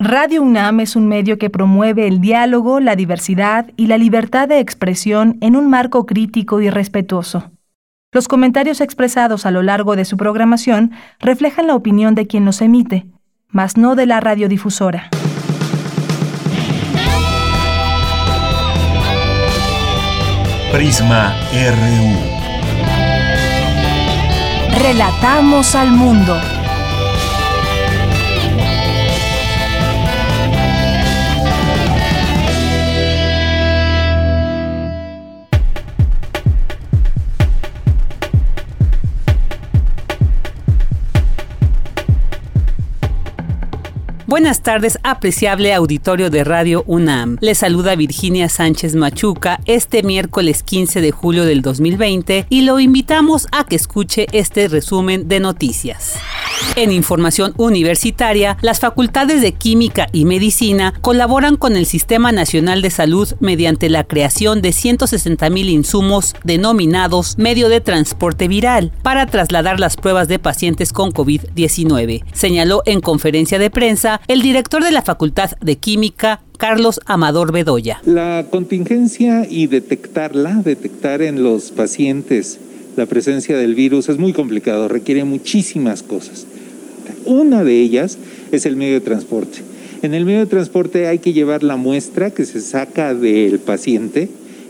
Radio UNAM es un medio que promueve el diálogo, la diversidad y la libertad de expresión en un marco crítico y respetuoso. Los comentarios expresados a lo largo de su programación reflejan la opinión de quien los emite, mas no de la radiodifusora. Prisma RU. Relatamos al mundo. Buenas tardes, apreciable auditorio de Radio UNAM. Les saluda Virginia Sánchez Machuca este miércoles 15 de julio del 2020 y lo invitamos a que escuche este resumen de noticias. En información universitaria, las facultades de Química y Medicina colaboran con el Sistema Nacional de Salud mediante la creación de 160,000 insumos denominados medio de transporte viral para trasladar las pruebas de pacientes con COVID-19, señaló en conferencia de prensa el director de la Facultad de Química, Carlos Amador Bedoya. La contingencia y detectar en los pacientes la presencia del virus es muy complicado, requiere muchísimas cosas. Una de ellas es el medio de transporte. En el medio de transporte hay que llevar la muestra que se saca del paciente.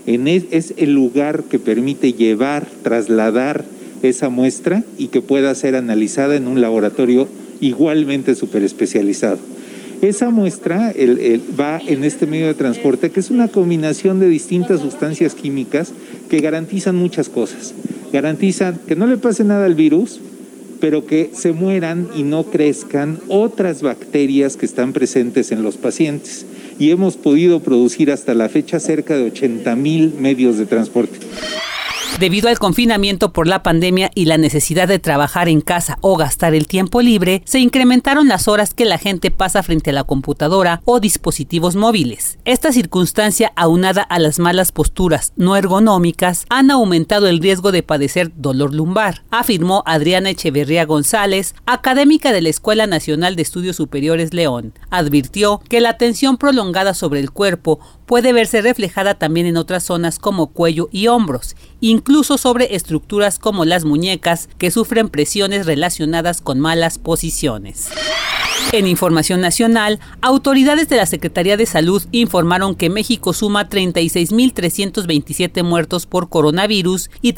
Es el lugar que permite trasladar esa muestra y que pueda ser analizada en un laboratorio igualmente súper especializado. Esa muestra va en este medio de transporte, que es una combinación de distintas sustancias químicas que garantizan muchas cosas. Garantizan que no le pase nada al virus, pero que se mueran y no crezcan otras bacterias que están presentes en los pacientes. Y hemos podido producir hasta la fecha cerca de 80,000 medios de transporte. Debido al confinamiento por la pandemia y la necesidad de trabajar en casa o gastar el tiempo libre, se incrementaron las horas que la gente pasa frente a la computadora o dispositivos móviles. Esta circunstancia, aunada a las malas posturas no ergonómicas, han aumentado el riesgo de padecer dolor lumbar, afirmó Adriana Echeverría González, académica de la Escuela Nacional de Estudios Superiores León. Advirtió que la tensión prolongada sobre el cuerpo puede verse reflejada también en otras zonas como cuello y hombros, incluso sobre estructuras como las muñecas que sufren presiones relacionadas con malas posiciones. En información nacional, autoridades de la Secretaría de Salud informaron que México suma 36,327 muertos por coronavirus y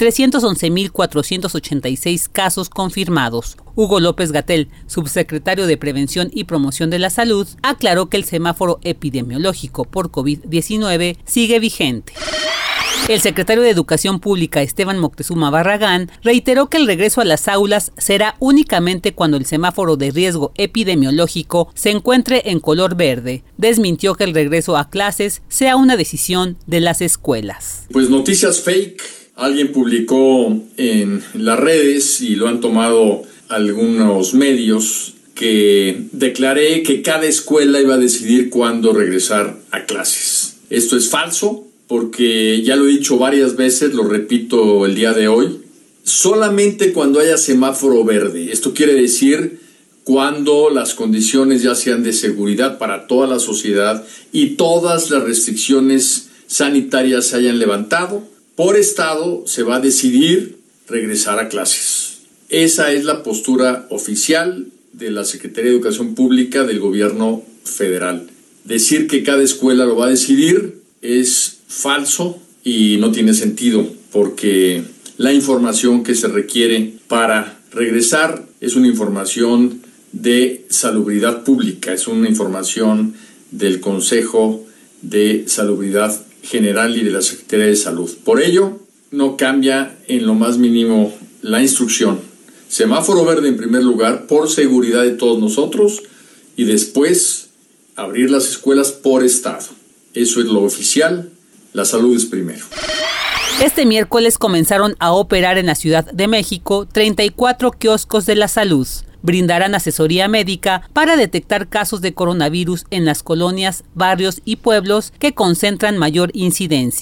311,486 casos confirmados. Hugo López-Gatell, subsecretario de Prevención y Promoción de la Salud, aclaró que el semáforo epidemiológico por COVID-19 sigue vigente. El secretario de Educación Pública, Esteban Moctezuma Barragán, reiteró que el regreso a las aulas será únicamente cuando el semáforo de riesgo epidemiológico se encuentre en color verde. Desmintió que el regreso a clases sea una decisión de las escuelas. Pues noticias fake. Alguien publicó en las redes y lo han tomado algunos medios que declaré que cada escuela iba a decidir cuándo regresar a clases. Esto es falso. Porque ya lo he dicho varias veces, lo repito el día de hoy, solamente cuando haya semáforo verde. Esto quiere decir cuando las condiciones ya sean de seguridad para toda la sociedad y todas las restricciones sanitarias se hayan levantado, por estado se va a decidir regresar a clases. Esa es la postura oficial de la Secretaría de Educación Pública del Gobierno Federal. Decir que cada escuela lo va a decidir es falso y no tiene sentido, porque la información que se requiere para regresar es una información de salubridad pública, es una información del Consejo de Salubridad General y de la Secretaría de Salud. Por ello, no cambia en lo más mínimo la instrucción. Semáforo verde en primer lugar, por seguridad de todos nosotros, y después abrir las escuelas por estado. Eso es lo oficial. La salud es primero. Este miércoles comenzaron a operar en la Ciudad de México 34 kioscos de la salud. Brindarán asesoría médica para detectar casos de coronavirus en las colonias, barrios y pueblos que concentran mayor incidencia.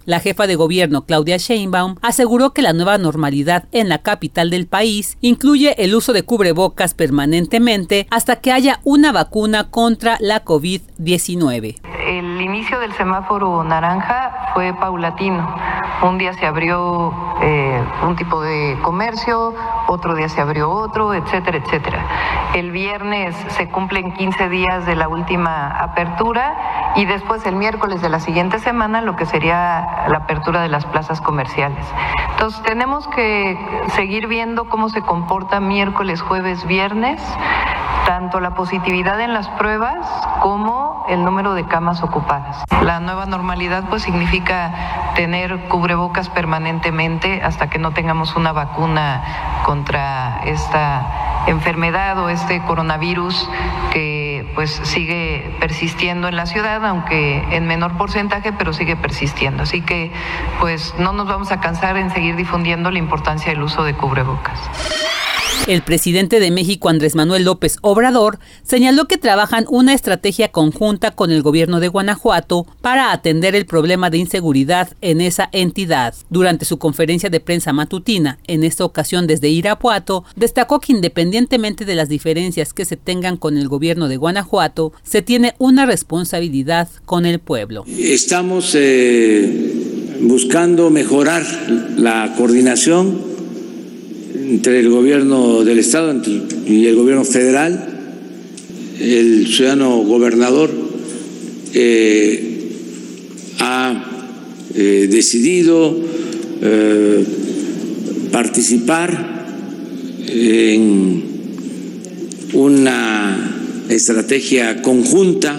La jefa de gobierno, Claudia Sheinbaum, aseguró que la nueva normalidad en la capital del país incluye el uso de cubrebocas permanentemente hasta que haya una vacuna contra la COVID-19. El inicio del semáforo naranja fue paulatino. Un día se abrió un tipo de comercio, otro día se abrió otro, etcétera, etcétera. El viernes se cumplen 15 días de la última apertura y después el miércoles de la siguiente semana lo que sería la apertura de las plazas comerciales. Entonces tenemos que seguir viendo cómo se comporta miércoles, jueves, viernes, tanto la positividad en las pruebas como el número de camas ocupadas. La nueva normalidad pues significa tener cubrebocas permanentemente hasta que no tengamos una vacuna contra esta enfermedad o este coronavirus que pues sigue persistiendo en la ciudad, aunque en menor porcentaje, pero sigue persistiendo. Así que pues no nos vamos a cansar en seguir difundiendo la importancia del uso de cubrebocas. El presidente de México, Andrés Manuel López Obrador, señaló que trabajan una estrategia conjunta con el gobierno de Guanajuato para atender el problema de inseguridad en esa entidad. Durante su conferencia de prensa matutina, en esta ocasión desde Irapuato, destacó que independientemente de las diferencias que se tengan con el gobierno de Guanajuato, se tiene una responsabilidad con el pueblo. Estamos buscando mejorar la coordinación entre el gobierno del estado y el gobierno federal. El ciudadano gobernador ha decidido participar en una estrategia conjunta,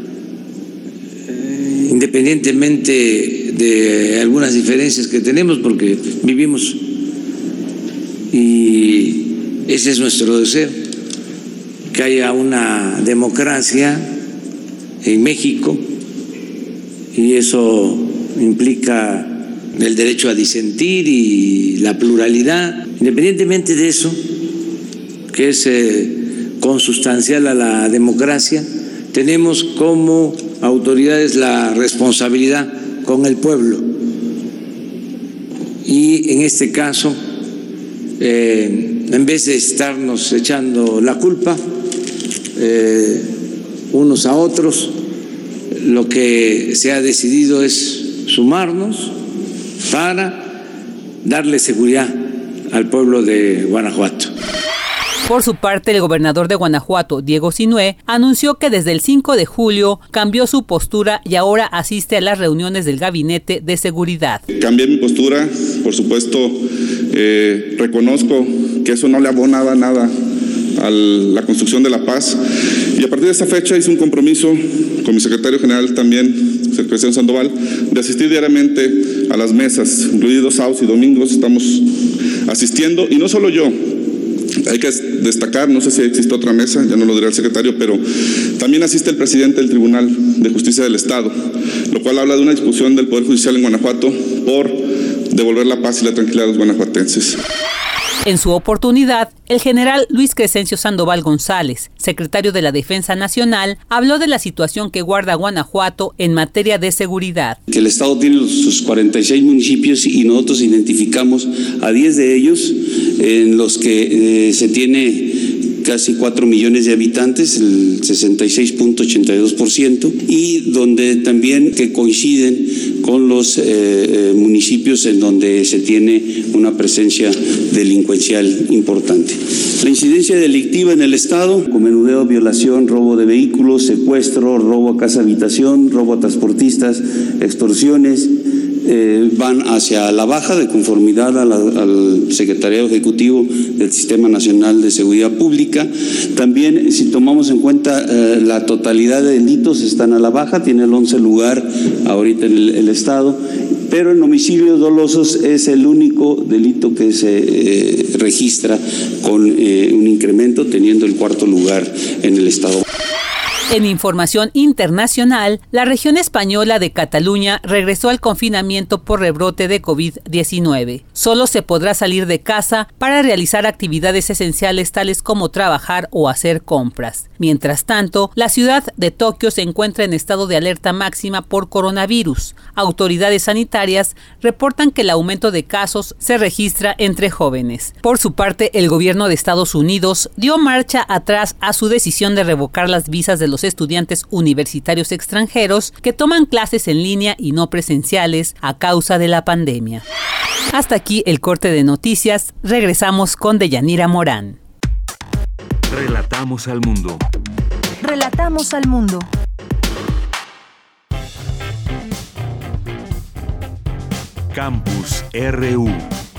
independientemente de algunas diferencias que tenemos, porque vivimos, y ese es nuestro deseo, que haya una democracia en México, y eso implica el derecho a disentir y la pluralidad. Independientemente de eso, que es consustancial a la democracia, tenemos como autoridades la responsabilidad con el pueblo, y en este caso, en vez de estarnos echando la culpa unos a otros, lo que se ha decidido es sumarnos para darle seguridad al pueblo de Guanajuato. Por su parte, el gobernador de Guanajuato, Diego Sinue, anunció que desde el 5 de julio cambió su postura y ahora asiste a las reuniones del Gabinete de Seguridad. Cambié mi postura, por supuesto, reconozco que eso no le abonaba nada a la construcción de la paz, y a partir de esta fecha hice un compromiso con mi secretario general también, Cristian Sandoval, de asistir diariamente a las mesas, incluidos sábados y domingos. Estamos asistiendo, y no solo yo. Hay que destacar, no sé si existe otra mesa, ya no lo dirá el secretario, pero también asiste el presidente del Tribunal de Justicia del Estado, lo cual habla de una discusión del Poder Judicial en Guanajuato por devolver la paz y la tranquilidad a los guanajuatenses. En su oportunidad, el general Luis Crescencio Sandoval González, secretario de la Defensa Nacional, habló de la situación que guarda Guanajuato en materia de seguridad. Que el Estado tiene sus 46 municipios y nosotros identificamos a 10 de ellos en los que se tiene casi 4 millones de habitantes, el 66.82%, y donde también que coinciden con los municipios en donde se tiene una presencia delincuencial importante. La incidencia delictiva en el Estado, con menudeo, violación, robo de vehículos, secuestro, robo a casa habitación, robo a transportistas, extorsiones, van hacia la baja de conformidad al Secretariado Ejecutivo del Sistema Nacional de Seguridad Pública. También, si tomamos en cuenta la totalidad de delitos, están a la baja, tiene el 11 lugar ahorita en el Estado, pero en homicidios dolosos es el único delito que se registra con un incremento, teniendo el 4º lugar en el Estado. En información internacional, la región española de Cataluña regresó al confinamiento por rebrote de COVID-19. Solo se podrá salir de casa para realizar actividades esenciales tales como trabajar o hacer compras. Mientras tanto, la ciudad de Tokio se encuentra en estado de alerta máxima por coronavirus. Autoridades sanitarias reportan que el aumento de casos se registra entre jóvenes. Por su parte, el gobierno de Estados Unidos dio marcha atrás a su decisión de revocar las visas de los estudiantes universitarios extranjeros que toman clases en línea y no presenciales a causa de la pandemia. Hasta aquí el corte de noticias. Regresamos con Deyanira Morán. Relatamos al mundo. Relatamos al mundo. Campus RU.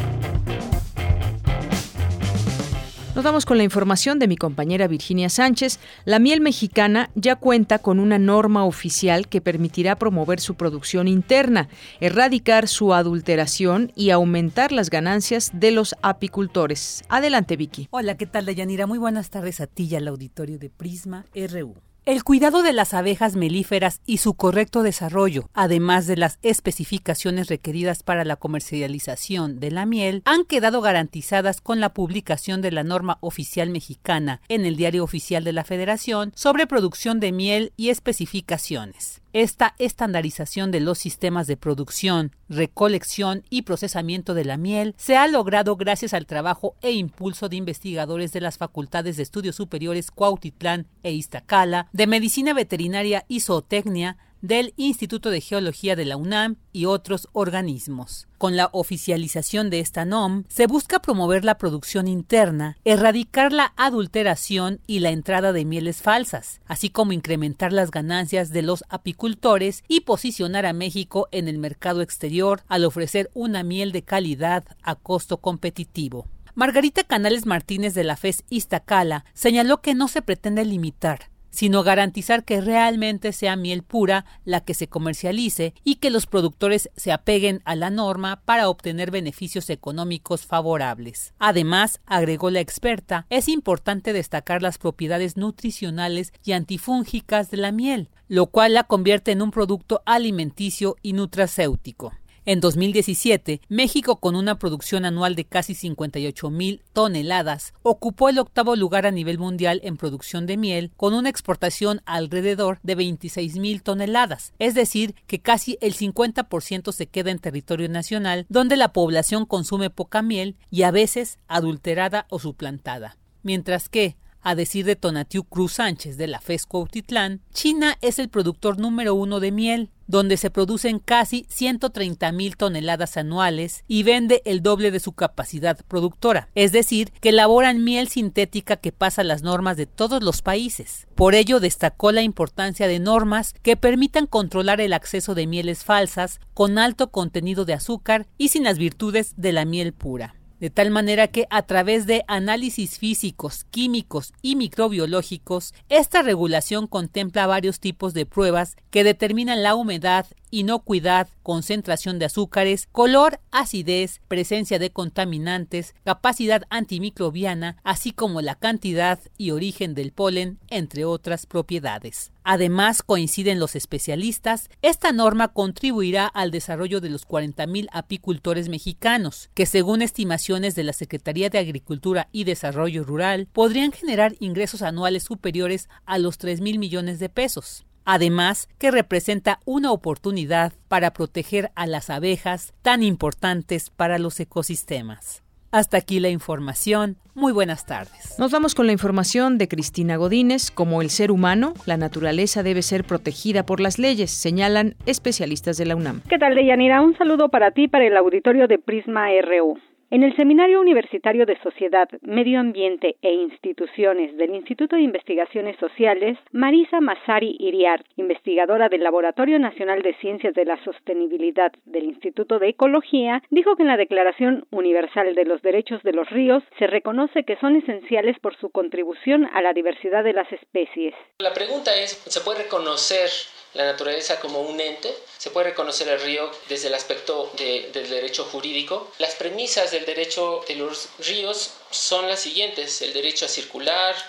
Nos vamos con la información de mi compañera Virginia Sánchez. La miel mexicana ya cuenta con una norma oficial que permitirá promover su producción interna, erradicar su adulteración y aumentar las ganancias de los apicultores. Adelante, Vicky. Hola, ¿qué tal, Deyanira? Muy buenas tardes a ti y al auditorio de Prisma RU. El cuidado de las abejas melíferas y su correcto desarrollo, además de las especificaciones requeridas para la comercialización de la miel, han quedado garantizadas con la publicación de la norma oficial mexicana en el Diario Oficial de la Federación sobre producción de miel y especificaciones. Esta estandarización de los sistemas de producción, recolección y procesamiento de la miel se ha logrado gracias al trabajo e impulso de investigadores de las Facultades de Estudios Superiores Cuautitlán e Iztacala, de Medicina Veterinaria y Zootecnia, del Instituto de Geología de la UNAM y otros organismos. Con la oficialización de esta NOM, se busca promover la producción interna, erradicar la adulteración y la entrada de mieles falsas, así como incrementar las ganancias de los apicultores y posicionar a México en el mercado exterior al ofrecer una miel de calidad a costo competitivo. Margarita Canales Martínez de la FES Iztacala señaló que no se pretende limitar, sino garantizar que realmente sea miel pura la que se comercialice y que los productores se apeguen a la norma para obtener beneficios económicos favorables. Además, agregó la experta, es importante destacar las propiedades nutricionales y antifúngicas de la miel, lo cual la convierte en un producto alimenticio y nutracéutico. En 2017, México, con una producción anual de casi 58,000 toneladas, ocupó el 8º lugar a nivel mundial en producción de miel, con una exportación alrededor de 26,000 toneladas. Es decir, que casi el 50% se queda en territorio nacional, donde la población consume poca miel y a veces adulterada o suplantada. Mientras que, a decir de Tonatiu Cruz Sánchez de la FES Cuautitlán, China es el productor número 1 de miel, donde se producen casi 130,000 toneladas anuales y vende el doble de su capacidad productora. Es decir, que elaboran miel sintética que pasa las normas de todos los países. Por ello, destacó la importancia de normas que permitan controlar el acceso de mieles falsas con alto contenido de azúcar y sin las virtudes de la miel pura. De tal manera que a través de análisis físicos, químicos y microbiológicos, esta regulación contempla varios tipos de pruebas que determinan la humedad, inocuidad, concentración de azúcares, color, acidez, presencia de contaminantes, capacidad antimicrobiana, así como la cantidad y origen del polen, entre otras propiedades. Además, coinciden los especialistas, esta norma contribuirá al desarrollo de los 40,000 apicultores mexicanos, que según estimaciones de la Secretaría de Agricultura y Desarrollo Rural, podrían generar ingresos anuales superiores a los 3,000 millones de pesos. Además, que representa una oportunidad para proteger a las abejas tan importantes para los ecosistemas. Hasta aquí la información. Muy buenas tardes. Nos vamos con la información de Cristina Godínez. Como el ser humano, la naturaleza debe ser protegida por las leyes, señalan especialistas de la UNAM. ¿Qué tal, Deyanira? Un saludo para ti y para el auditorio de Prisma RU. En el Seminario Universitario de Sociedad, Medio Ambiente e Instituciones del Instituto de Investigaciones Sociales, Marisa Massari Iriart, investigadora del Laboratorio Nacional de Ciencias de la Sostenibilidad del Instituto de Ecología, dijo que en la Declaración Universal de los Derechos de los Ríos se reconoce que son esenciales por su contribución a la diversidad de las especies. La pregunta es, ¿se puede reconocer la naturaleza como un ente? ¿Se puede reconocer el río desde el aspecto del derecho jurídico? Las premisas del derecho de los ríos son las siguientes: el derecho a circular,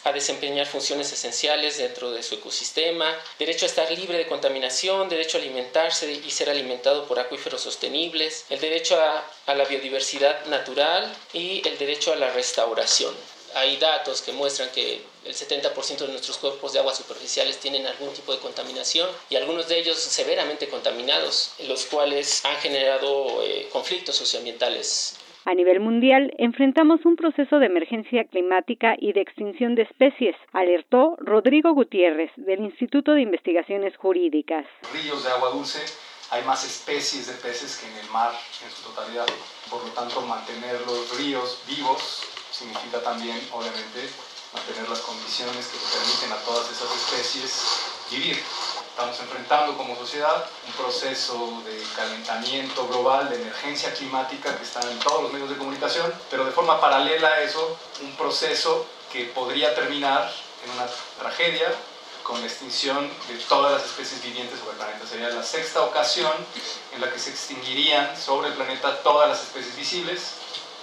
a desempeñar funciones esenciales dentro de su ecosistema, derecho a estar libre de contaminación, derecho a alimentarse y ser alimentado por acuíferos sostenibles, el derecho a la biodiversidad natural y el derecho a la restauración. Hay datos que muestran que el 70% de nuestros cuerpos de agua superficiales tienen algún tipo de contaminación y algunos de ellos severamente contaminados, los cuales han generado conflictos socioambientales. A nivel mundial, enfrentamos un proceso de emergencia climática y de extinción de especies, alertó Rodrigo Gutiérrez, del Instituto de Investigaciones Jurídicas. Ríos de agua dulce, hay más especies de peces que en el mar en su totalidad. Por lo tanto, mantener los ríos vivos significa también, obviamente, mantener las condiciones que permiten a todas esas especies vivir. Estamos enfrentando como sociedad un proceso de calentamiento global, de emergencia climática que está en todos los medios de comunicación, pero de forma paralela a eso, un proceso que podría terminar en una tragedia con la extinción de todas las especies vivientes sobre el planeta. Sería la sexta ocasión en la que se extinguirían sobre el planeta todas las especies visibles.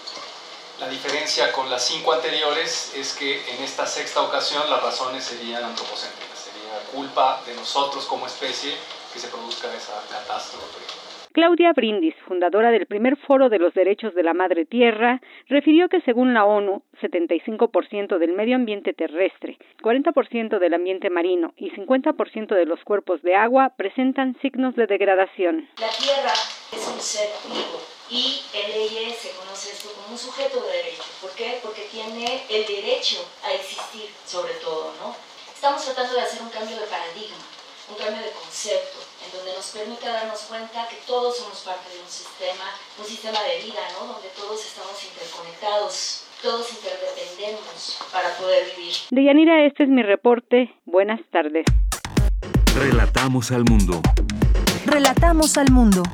La diferencia con las 5 anteriores es que en esta sexta ocasión las razones serían antropocéntricas. Culpa de nosotros como especie que se produzca esa catástrofe. Claudia Brindis, fundadora del primer Foro de los Derechos de la Madre Tierra, refirió que según la ONU, 75% del medio ambiente terrestre, 40% del ambiente marino y 50% de los cuerpos de agua presentan signos de degradación. La Tierra es un ser vivo y en leyes se conoce esto como un sujeto de derecho. ¿Por qué? Porque tiene el derecho a existir, sobre todo, ¿no? Estamos tratando de hacer un cambio de paradigma, un cambio de concepto, en donde nos permita darnos cuenta que todos somos parte de un sistema de vida, ¿no? Donde todos estamos interconectados, todos interdependemos para poder vivir. Deyanira, este es mi reporte. Buenas tardes. Relatamos al mundo. Relatamos al mundo.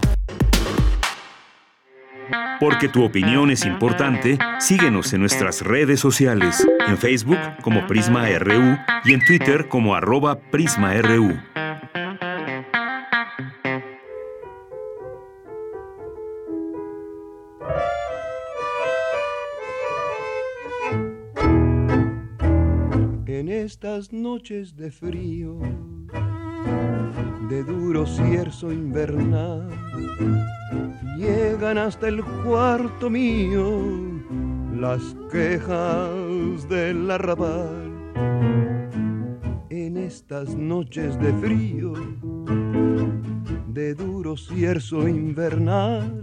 Porque tu opinión es importante, síguenos en nuestras redes sociales, en Facebook como Prisma RU y en Twitter como @PrismaRU. En estas noches de frío, de duro cierzo invernal, llegan hasta el cuarto mío las quejas del arrabal. En estas noches de frío, de duro cierzo invernal,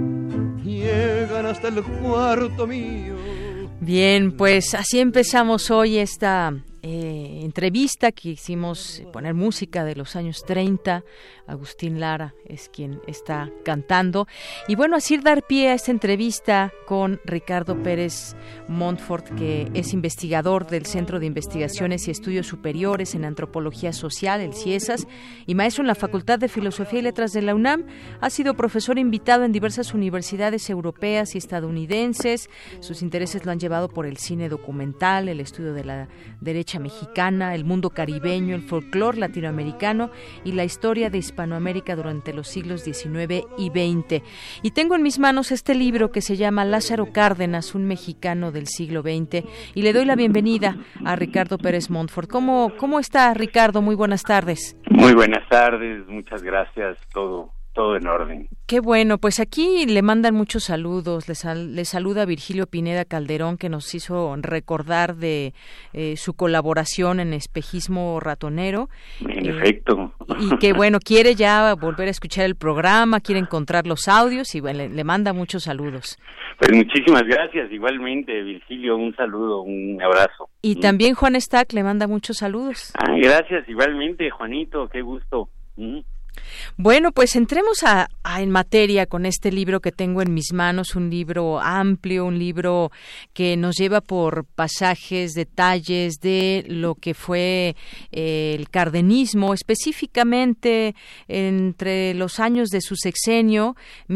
llegan hasta el cuarto mío. Bien, pues así empezamos hoy esta entrevista. Quisimos poner música de los años 30. Agustín Lara es quien está cantando. Y bueno, así dar pie a esta entrevista con Ricardo Pérez Montfort, que es investigador del Centro de Investigaciones y Estudios Superiores en Antropología Social, el CIESAS, y maestro en la Facultad de Filosofía y Letras de la UNAM. Ha sido profesor invitado en diversas universidades europeas y estadounidenses. Sus intereses lo han llevado por el cine documental, el estudio de la derecha mexicana, el mundo caribeño, el folclore latinoamericano y la historia de Hispanoamérica durante los siglos XIX y XX. Y tengo en mis manos este libro que se llama Lázaro Cárdenas, un mexicano del siglo XX, y le doy la bienvenida a Ricardo Pérez Montfort. ¿Cómo está, Ricardo? Muy buenas tardes. Muy buenas tardes, muchas gracias, todo en orden. Qué bueno, pues aquí le mandan muchos saludos. Le saluda Virgilio Pineda Calderón, que nos hizo recordar de su colaboración en Espejismo Ratonero. En efecto. Y que bueno, quiere ya volver a escuchar el programa, quiere encontrar los audios y bueno, le manda muchos saludos. Pues muchísimas gracias, igualmente, Virgilio, un saludo, un abrazo. Y también Juan Stack le manda muchos saludos. Gracias, igualmente, Juanito, qué gusto. Bueno, pues entremos en materia con este libro que tengo en mis manos, un libro amplio, un libro que nos lleva por pasajes, detalles de lo que fue el cardenismo, específicamente entre los años de su sexenio,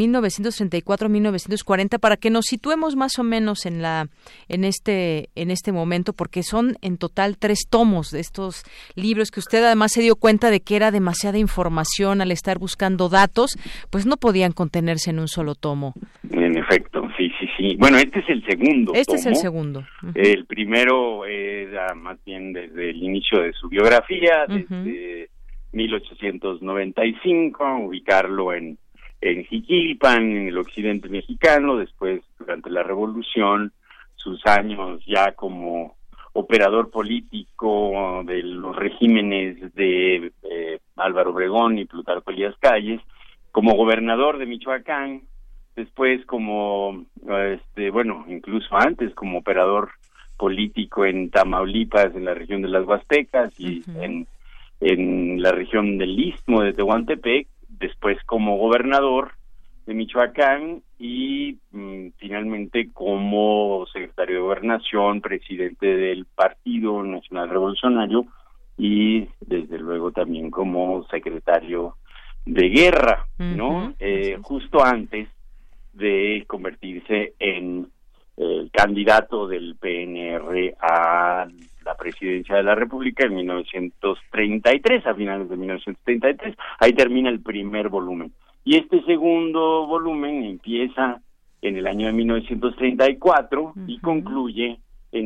1934-1940, para que nos situemos más o menos en este momento, porque son en total 3 tomos de estos libros que usted además se dio cuenta de que era demasiada información. Al estar buscando datos, pues no podían contenerse en un solo tomo. En efecto, sí. Sí, bueno, este es el segundo. Este es el segundo. Uh-huh. El primero era más bien desde el inicio de su biografía, desde 1895, ubicarlo en Jiquilpan, en el occidente mexicano, después durante la Revolución, sus años ya como operador político de los regímenes de Álvaro Obregón y Plutarco Elías Calles, como gobernador de Michoacán, después como, incluso antes como operador político en Tamaulipas, en la región de las Huastecas, y en la región del Istmo de Tehuantepec, después como gobernador de Michoacán y finalmente como secretario de Gobernación, presidente del Partido Nacional Revolucionario y desde luego también como secretario de Guerra, ¿no? Justo antes de convertirse en el candidato del PNR a la presidencia de la República en 1933, a finales de 1933. Ahí termina el primer volumen. Y este segundo volumen empieza en el año de 1934 y concluye en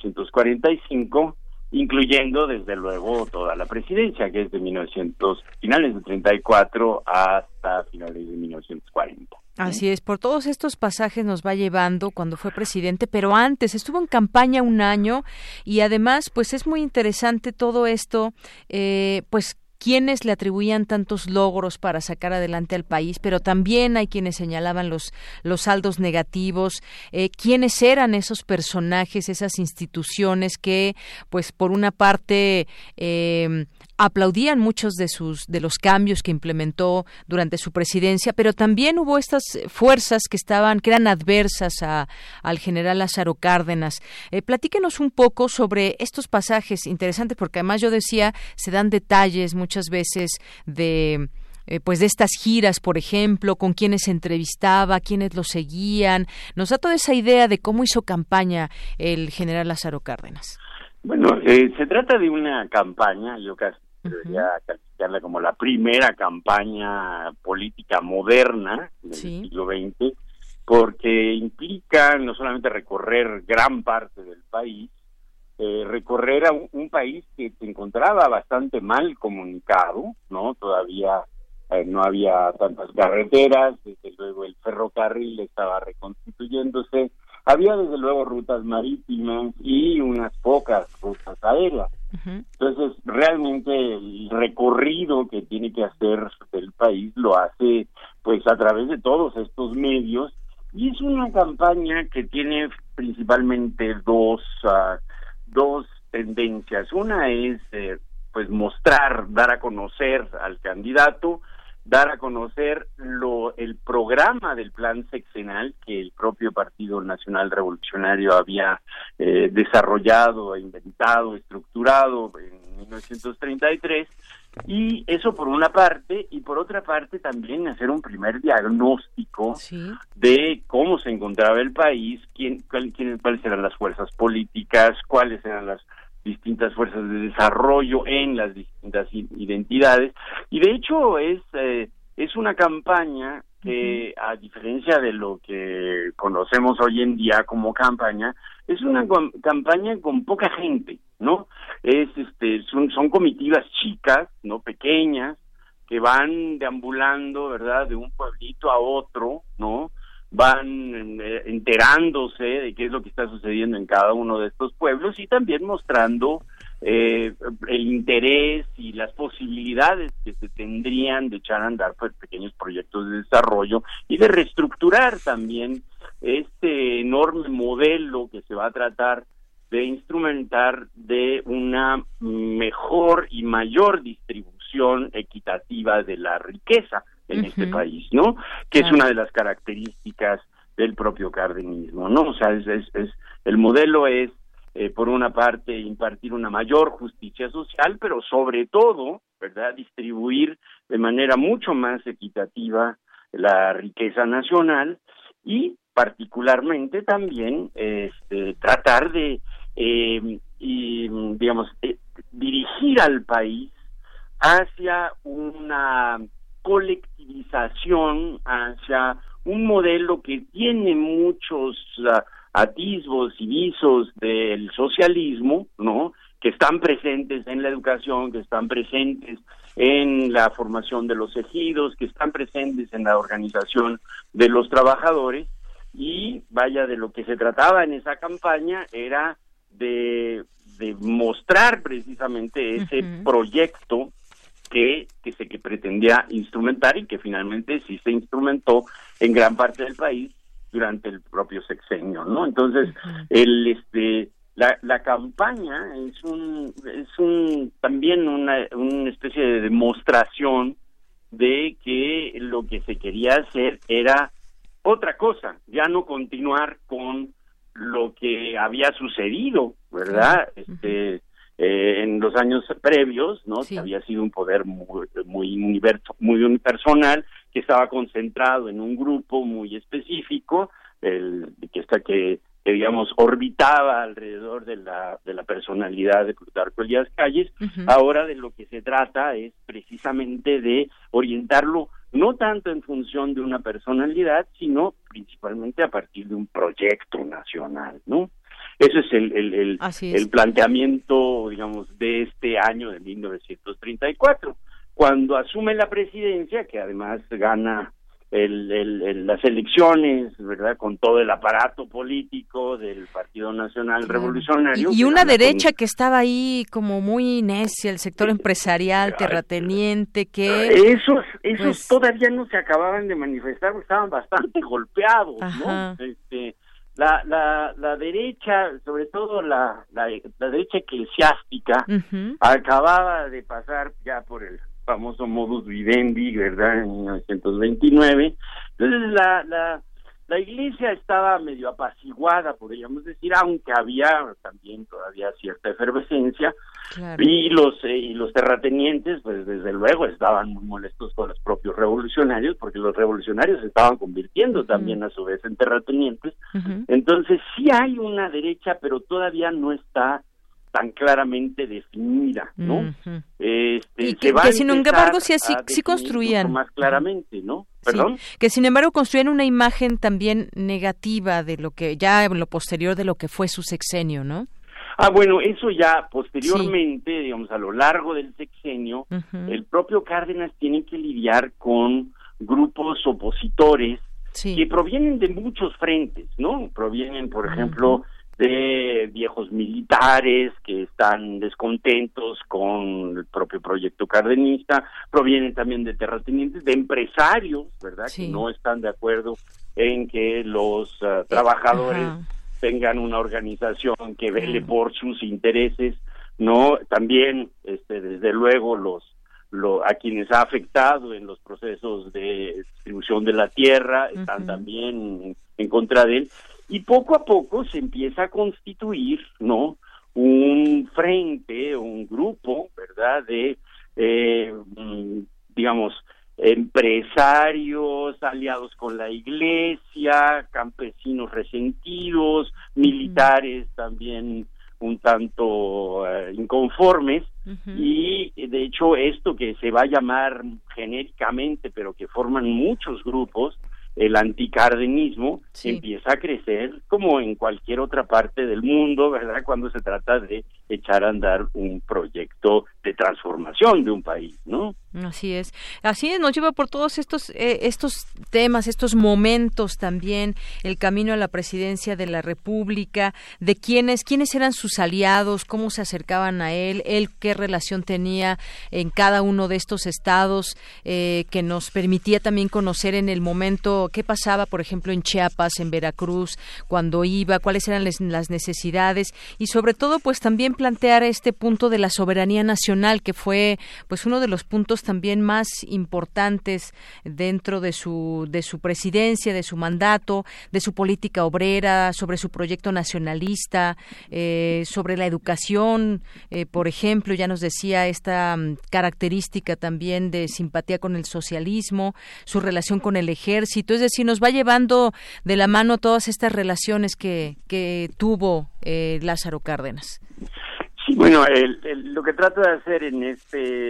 1945, incluyendo desde luego toda la presidencia, que es de finales de 34 hasta finales de 1940. Así es, por todos estos pasajes nos va llevando cuando fue presidente, pero antes estuvo en campaña un año y además pues es muy interesante todo esto, pues quienes le atribuían tantos logros para sacar adelante al país, pero también hay quienes señalaban los saldos negativos, quiénes eran esos personajes, esas instituciones que, pues, por una parte aplaudían muchos de los cambios que implementó durante su presidencia, pero también hubo estas fuerzas que eran adversas al general Lázaro Cárdenas. Platíquenos un poco sobre estos pasajes interesantes, porque además yo decía, se dan detalles muchas veces de estas giras, por ejemplo, con quienes se entrevistaba, quienes lo seguían. Nos da toda esa idea de cómo hizo campaña el general Lázaro Cárdenas. Bueno, se trata de una campaña, yo casi debería calificarla como la primera campaña política moderna del siglo XX, porque implica no solamente recorrer gran parte del país, recorrer a un país que se encontraba bastante mal comunicado, ¿no? Todavía no había tantas carreteras, desde luego el ferrocarril estaba reconstituyéndose, había desde luego rutas marítimas y unas pocas rutas aéreas. Entonces, realmente el recorrido que tiene que hacer el país lo hace pues a través de todos estos medios, y es una campaña que tiene principalmente dos tendencias. Una es pues dar a conocer al candidato, dar a conocer el programa del plan sexenal que el propio Partido Nacional Revolucionario había desarrollado, inventado, estructurado en 1933, y eso por una parte, y por otra parte también hacer un primer diagnóstico de cómo se encontraba el país, cuáles eran las fuerzas políticas, cuáles eran las distintas fuerzas de desarrollo en las distintas identidades, y de hecho es una campaña que, a diferencia de lo que conocemos hoy en día como campaña, es una campaña con poca gente, ¿no? Son comitivas chicas, ¿no? Pequeñas, que van deambulando, ¿verdad?, de un pueblito a otro, ¿no? Van enterándose de qué es lo que está sucediendo en cada uno de estos pueblos y también mostrando el interés y las posibilidades que se tendrían de echar a andar pues, pequeños proyectos de desarrollo y de reestructurar también este enorme modelo que se va a tratar de instrumentar de una mejor y mayor distribución equitativa de la riqueza en este país, ¿no? Que es una de las características del propio cardenismo, ¿no? O sea, el modelo es, por una parte, impartir una mayor justicia social, pero sobre todo, ¿verdad?, distribuir de manera mucho más equitativa la riqueza nacional y particularmente también tratar de, dirigir al país hacia una colectivización, hacia un modelo que tiene muchos atisbos y visos del socialismo, ¿no? Que están presentes en la educación, que están presentes en la formación de los ejidos, que están presentes en la organización de los trabajadores, y vaya, de lo que se trataba en esa campaña era de mostrar precisamente ese proyecto que pretendía instrumentar, y que finalmente sí se instrumentó en gran parte del país durante el propio sexenio, ¿no? Entonces, la campaña es también una especie de demostración de que lo que se quería hacer era otra cosa, ya no continuar con lo que había sucedido, ¿verdad? En los años previos, ¿no? Sí. Que había sido un poder muy unipersonal, que estaba concentrado en un grupo muy específico, que digamos orbitaba alrededor de la personalidad de Plutarco Elías Calles. Ahora de lo que se trata es precisamente de orientarlo no tanto en función de una personalidad, sino principalmente a partir de un proyecto nacional, ¿no? Ese es el planteamiento, digamos, de este año de 1934, cuando asume la presidencia, que además gana las elecciones, ¿verdad?, con todo el aparato político del Partido Nacional Revolucionario. Y una derecha que estaba ahí como muy necia, el sector empresarial, terrateniente, que... Esos todavía no se acababan de manifestar, porque estaban bastante golpeados, ¿no? La derecha, sobre todo la derecha eclesiástica, acababa de pasar ya por el famoso modus vivendi, ¿verdad?, en 1929. Entonces la iglesia estaba medio apaciguada, podríamos decir, aunque había también todavía cierta efervescencia. Claro. Y los terratenientes, pues desde luego estaban muy molestos con los propios revolucionarios, porque los revolucionarios se estaban convirtiendo también a su vez en terratenientes. Entonces sí hay una derecha, pero todavía no está tan claramente definida, ¿no? Y que sin embargo sí construían más claramente, ¿no? ¿Perdón? Sí, que sin embargo construían una imagen también negativa de lo que ya en lo posterior de lo que fue su sexenio, ¿no? Bueno, eso ya posteriormente, digamos, a lo largo del sexenio, el propio Cárdenas tiene que lidiar con grupos opositores que provienen de muchos frentes, ¿no? Provienen, por ejemplo, de viejos militares que están descontentos con el propio proyecto cardenista, provienen también de terratenientes, de empresarios, ¿verdad?, que no están de acuerdo en que los trabajadores tengan una organización que vele por sus intereses, ¿no? También, desde luego, a quienes ha afectado en los procesos de distribución de la tierra están también en contra de él. Y poco a poco se empieza a constituir, ¿no?, un frente, un grupo, ¿verdad?, de, digamos, empresarios aliados con la iglesia, campesinos resentidos, militares también un tanto inconformes, y de hecho esto que se va a llamar genéricamente, pero que forman muchos grupos, el anticardenismo, empieza a crecer como en cualquier otra parte del mundo, ¿verdad?, cuando se trata de echar a andar un proyecto de transformación de un país, ¿no? Así es, nos lleva por todos estos temas, estos momentos también, el camino a la presidencia de la República, de quiénes eran sus aliados, cómo se acercaban a él qué relación tenía en cada uno de estos estados, que nos permitía también conocer en el momento qué pasaba, por ejemplo, en Chiapas, en Veracruz, cuando iba, cuáles eran las necesidades, y sobre todo, pues también plantear este punto de la soberanía nacional, que fue pues uno de los puntos también más importantes dentro de su presidencia, de su mandato, de su política obrera, sobre su proyecto nacionalista, sobre la educación, por ejemplo, ya nos decía esta característica también de simpatía con el socialismo, su relación con el ejército, es decir, nos va llevando de la mano todas estas relaciones que tuvo Lázaro Cárdenas. Sí, Bueno, lo que trato de hacer en el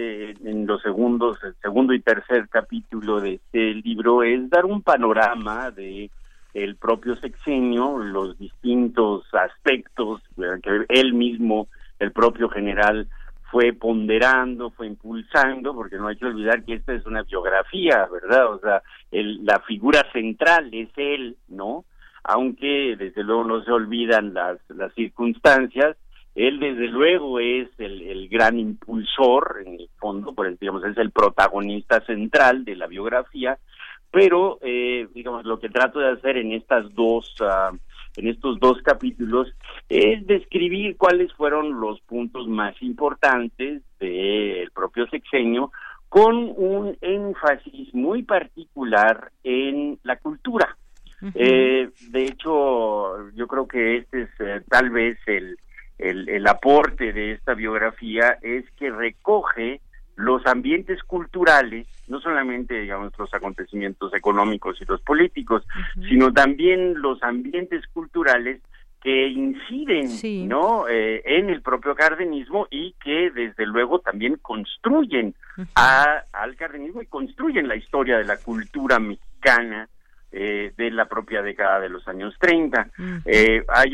segundo y tercer capítulo de este libro es dar un panorama de el propio sexenio, los distintos aspectos que él mismo, el propio general, fue ponderando, fue impulsando, porque no hay que olvidar que esta es una biografía, ¿verdad? O sea, la figura central es él, ¿no? Aunque desde luego no se olvidan las circunstancias. Él desde luego es el gran impulsor, en el fondo, digamos, es el protagonista central de la biografía, pero digamos, lo que trato de hacer en estos dos capítulos es describir cuáles fueron los puntos más importantes del propio sexenio, con un énfasis muy particular en la cultura. Uh-huh. De hecho, yo creo que este es tal vez el aporte de esta biografía, es que recoge los ambientes culturales, no solamente, digamos, los acontecimientos económicos y los políticos, uh-huh, sino también los ambientes culturales que inciden, sí, ¿no?, en el propio cardenismo, y que desde luego también construyen uh-huh al cardenismo y construyen la historia de la cultura mexicana de la propia década de los años 30. Uh-huh. Hay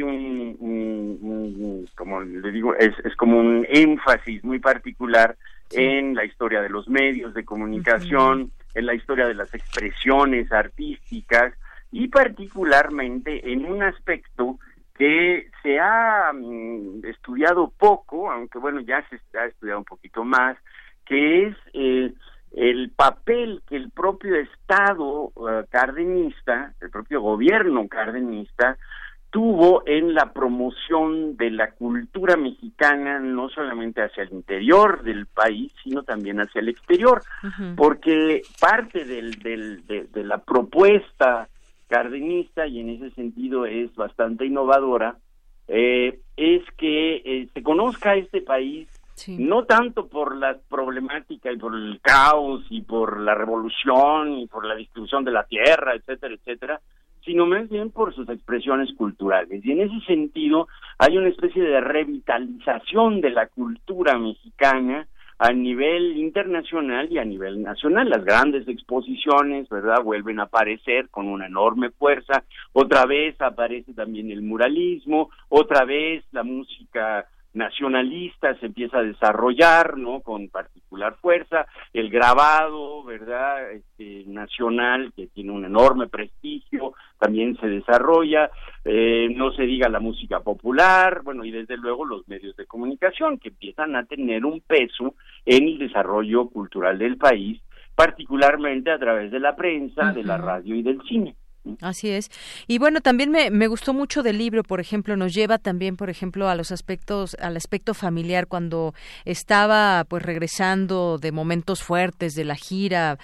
como le digo, es como un énfasis muy particular, sí, en la historia de los medios de comunicación, uh-huh, en la historia de las expresiones artísticas, y particularmente en un aspecto que se ha estudiado poco, aunque bueno, ya se ha estudiado un poquito más, que es el papel que el propio Estado cardenista, el propio gobierno cardenista, tuvo en la promoción de la cultura mexicana, no solamente hacia el interior del país, sino también hacia el exterior, uh-huh, porque parte de la propuesta cardenista, y en ese sentido es bastante innovadora, es que se conozca este país, sí, no tanto por la problemática y por el caos y por la revolución y por la distribución de la tierra, etcétera, etcétera, sino más bien por sus expresiones culturales. Y en ese sentido hay una especie de revitalización de la cultura mexicana a nivel internacional y a nivel nacional. Las grandes exposiciones, ¿verdad?, vuelven a aparecer con una enorme fuerza. Otra vez aparece también el muralismo, otra vez la música nacionalista se empieza a desarrollar, ¿no?, con particular fuerza. El grabado, ¿verdad?, nacional, que tiene un enorme prestigio, también se desarrolla. No se diga la música popular, bueno, y desde luego los medios de comunicación, que empiezan a tener un peso en el desarrollo cultural del país, particularmente a través de la prensa, uh-huh, de la radio y del cine. Así es. Y bueno, también me gustó mucho del libro, por ejemplo, nos lleva también, por ejemplo, al aspecto familiar, cuando estaba pues regresando de momentos fuertes de la gira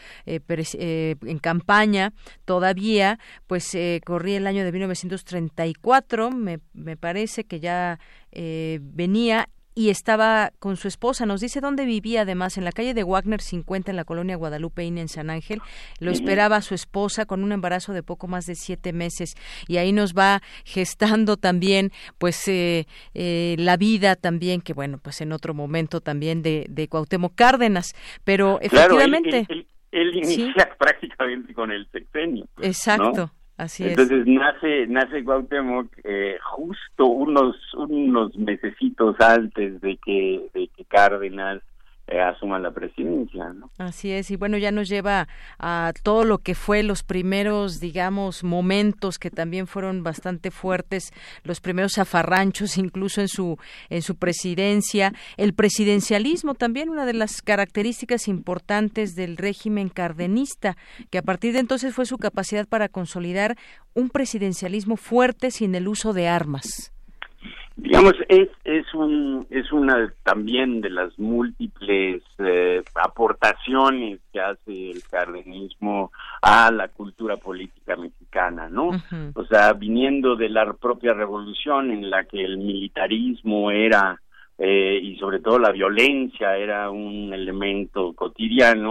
en campaña, todavía, pues corría el año de 1934, me parece que ya venía, y estaba con su esposa. Nos dice dónde vivía, además, en la calle de Wagner 50, en la colonia Guadalupeína, en San Ángel. Lo esperaba su esposa con un embarazo de poco más de 7 meses, y ahí nos va gestando también pues la vida también, que bueno, pues en otro momento también de Cuauhtémoc Cárdenas, pero efectivamente él inicia, ¿sí?, prácticamente con el sexenio. Exacto, ¿no? Así entonces nace Cuauhtémoc justo unos mesecitos antes de que Cárdenas asuma la presidencia, ¿no? Así es, y bueno, ya nos lleva a todo lo que fue los primeros, digamos, momentos que también fueron bastante fuertes, los primeros zafarranchos, incluso en su presidencia, el presidencialismo también, una de las características importantes del régimen cardenista, que a partir de entonces fue su capacidad para consolidar un presidencialismo fuerte sin el uso de armas. Digamos, es una también de las múltiples aportaciones que hace el cardenismo a la cultura política mexicana, ¿no? Uh-huh. O sea, viniendo de la propia revolución, en la que el militarismo era, y sobre todo la violencia, era un elemento cotidiano,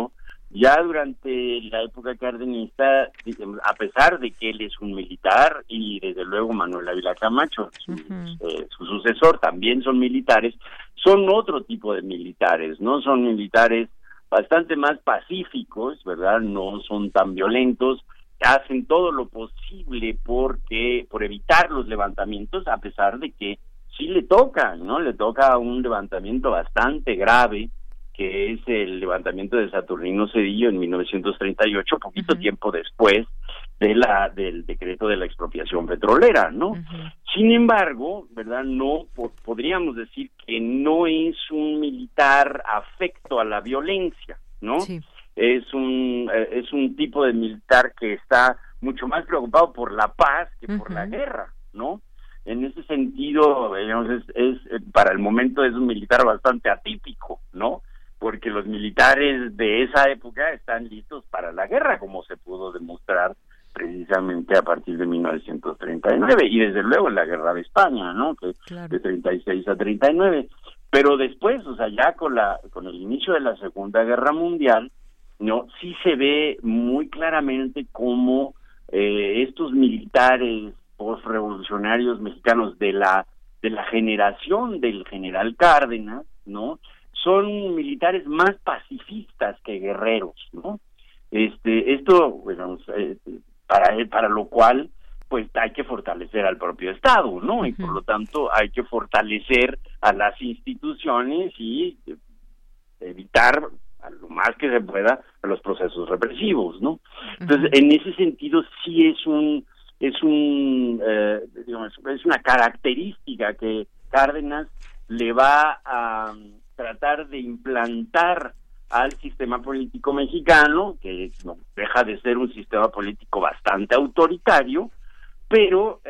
Ya durante la época cardenista, a pesar de que él es un militar, y desde luego Manuel Ávila Camacho, su sucesor, también son militares, son otro tipo de militares, ¿no? Son militares bastante más pacíficos, ¿verdad? No son tan violentos, hacen todo lo posible por evitar los levantamientos, a pesar de que sí le toca, ¿no? Le toca un levantamiento bastante grave, que es el levantamiento de Saturnino Cedillo en 1938, poquito tiempo después del decreto de la expropiación petrolera, ¿no? Sin embargo, ¿verdad? No podríamos decir que no es un militar afecto a la violencia, ¿no? Sí. Es un tipo de militar que está mucho más preocupado por la paz que por la guerra, ¿no? En ese sentido, digamos, para el momento es un militar bastante atípico, ¿no? Porque los militares de esa época están listos para la guerra, como se pudo demostrar precisamente a partir de 1939, y desde luego en la Guerra de España, ¿no? Que de 36 a 39. Pero después, o sea, ya con el inicio de la Segunda Guerra Mundial, no, sí se ve muy claramente cómo estos militares postrevolucionarios mexicanos de la generación del general Cárdenas, ¿no? Son militares más pacifistas que guerreros, ¿no? Esto, bueno, para lo cual, pues hay que fortalecer al propio Estado, ¿no? Y por lo tanto hay que fortalecer a las instituciones y evitar a lo más que se pueda los procesos represivos, ¿no? Entonces, en ese sentido sí es una característica que Cárdenas le va a tratar de implantar al sistema político mexicano, que no deja de ser un sistema político bastante autoritario, pero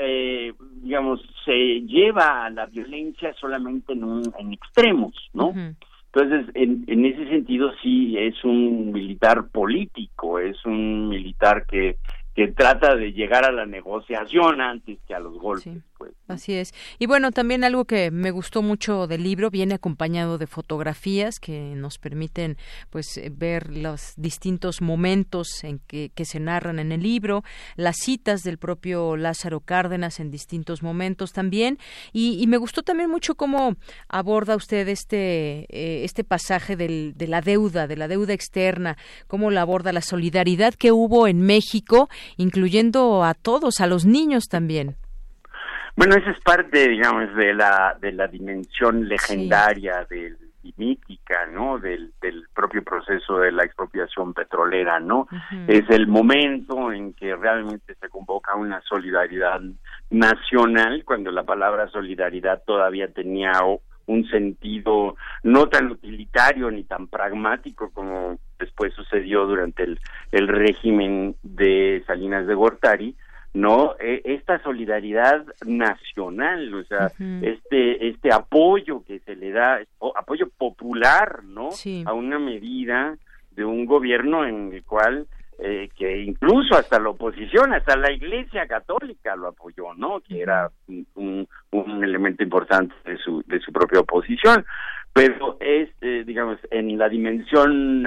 se lleva a la violencia solamente en extremos, ¿no? Entonces, en ese sentido sí es un militar político, es un militar que trata de llegar a la negociación antes que a los golpes. Sí, pues. Así es. Y bueno, también algo que me gustó mucho del libro, viene acompañado de fotografías que nos permiten pues ver los distintos momentos en que se narran en el libro, las citas del propio Lázaro Cárdenas en distintos momentos también, y me gustó también mucho cómo aborda usted este pasaje de la deuda externa, cómo la aborda la solidaridad que hubo en México, incluyendo a todos, a los niños también. Bueno, esa es parte, digamos, de la dimensión legendaria y mítica, ¿no? Del propio proceso de la expropiación petrolera, ¿no? Es el momento en que realmente se convoca una solidaridad nacional, cuando la palabra solidaridad todavía tenía un sentido no tan utilitario ni tan pragmático como después sucedió durante el régimen de Salinas de Gortari, ¿no? Esta solidaridad nacional, o sea, este apoyo que se le da, apoyo popular, ¿no? Sí. A una medida de un gobierno en el cual que incluso hasta la oposición, hasta la Iglesia Católica lo apoyó, ¿no? Que era un elemento importante de su propia oposición, pero digamos, en la dimensión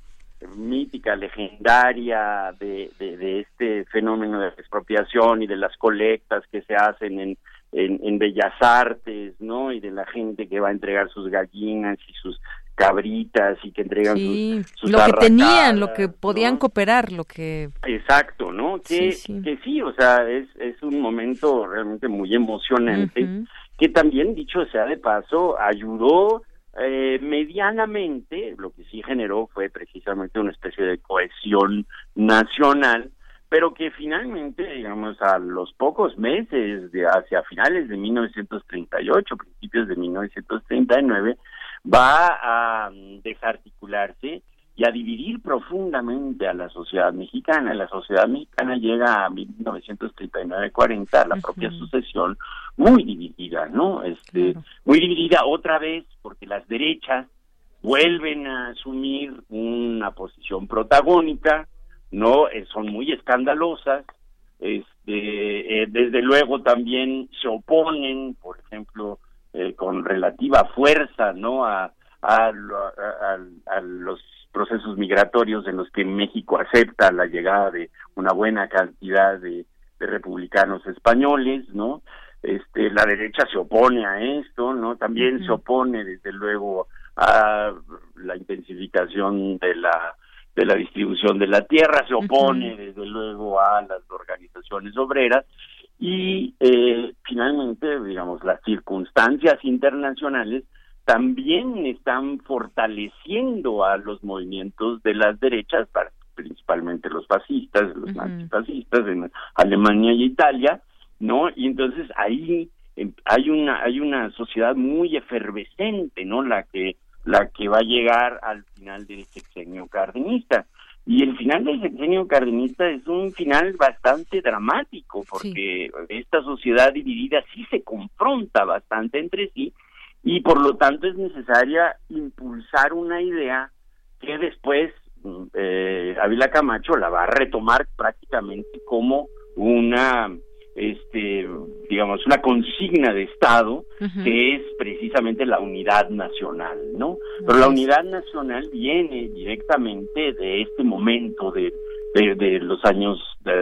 mítica, legendaria de este fenómeno de expropiación y de las colectas que se hacen en Bellas Artes, ¿no? Y de la gente que va a entregar sus gallinas y sus cabritas y que entregan sus lo que tenían, lo que podían, ¿no? Cooperar, lo que... Exacto, ¿no? Que sí, o sea, es un momento realmente muy emocionante, que también, dicho sea de paso, ayudó medianamente. Lo que sí generó fue precisamente una especie de cohesión nacional, pero que finalmente, digamos, a los pocos meses, hacia finales de 1938, principios de 1939, va a desarticularse y a dividir profundamente a la sociedad mexicana. La sociedad mexicana llega a 1939-40, la propia sucesión, muy dividida, ¿no? Muy dividida otra vez porque las derechas vuelven a asumir una posición protagónica, ¿no? Son muy escandalosas, desde luego también se oponen, por ejemplo, con relativa fuerza, ¿no? a los procesos migratorios en los que México acepta la llegada de una buena cantidad de republicanos españoles, ¿no? La derecha se opone a esto, ¿no? También se opone, desde luego, a la intensificación de la distribución de la tierra, se opone, desde luego, a las organizaciones obreras, y finalmente, digamos, las circunstancias internacionales también están fortaleciendo a los movimientos de las derechas, principalmente los fascistas, los nazifascistas en Alemania y Italia, ¿no? Y entonces ahí hay una sociedad muy efervescente, ¿no? La que va a llegar al final del sexenio cardenista. Y el final del sexenio cardenista es un final bastante dramático, porque esta sociedad dividida sí se confronta bastante entre sí, y por lo tanto es necesaria impulsar una idea que después Ávila Camacho la va a retomar prácticamente como una digamos, una consigna de Estado, que es precisamente la unidad nacional, ¿no? Pero la unidad nacional viene directamente de este momento de los años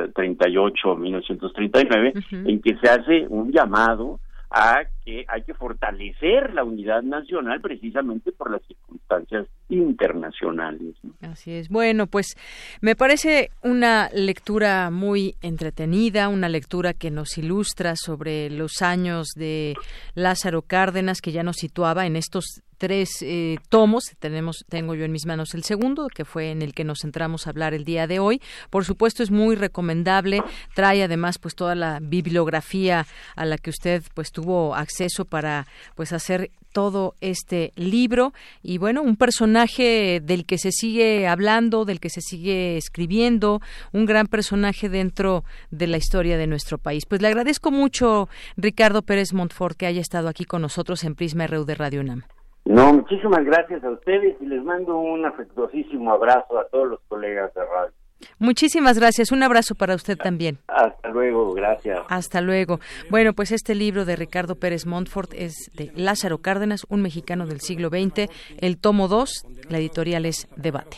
38, 1939, en que se hace un llamado a que hay que fortalecer la unidad nacional precisamente por las circunstancias internacionales, ¿no? Así es. Bueno, pues me parece una lectura muy entretenida, una lectura que nos ilustra sobre los años de Lázaro Cárdenas, que ya nos situaba en estos 3 tomos. Tengo yo en mis manos el segundo, que fue en el que nos centramos a hablar el día de hoy. Por supuesto, es muy recomendable. Trae además pues toda la bibliografía a la que usted pues tuvo acceso para pues hacer todo este libro, y bueno, un personaje del que se sigue hablando, del que se sigue escribiendo, un gran personaje dentro de la historia de nuestro país. Pues le agradezco mucho, Ricardo Pérez Montfort, que haya estado aquí con nosotros en Prisma RU de Radio UNAM. No, muchísimas gracias a ustedes y les mando un afectuosísimo abrazo a todos los colegas de radio. Muchísimas gracias. Un abrazo para usted también. Hasta luego, gracias. Hasta luego. Bueno, pues este libro de Ricardo Pérez Montfort es de Lázaro Cárdenas, un mexicano del siglo XX, el tomo 2, la editorial es Debate.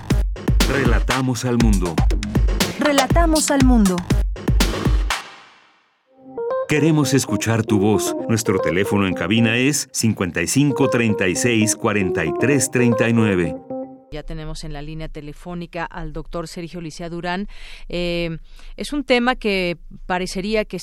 Relatamos al mundo. Relatamos al mundo. Queremos escuchar tu voz. Nuestro teléfono en cabina es 55 36 43 39. Ya tenemos en la línea telefónica al doctor Sergio Licea Durán. Es un tema que parecería que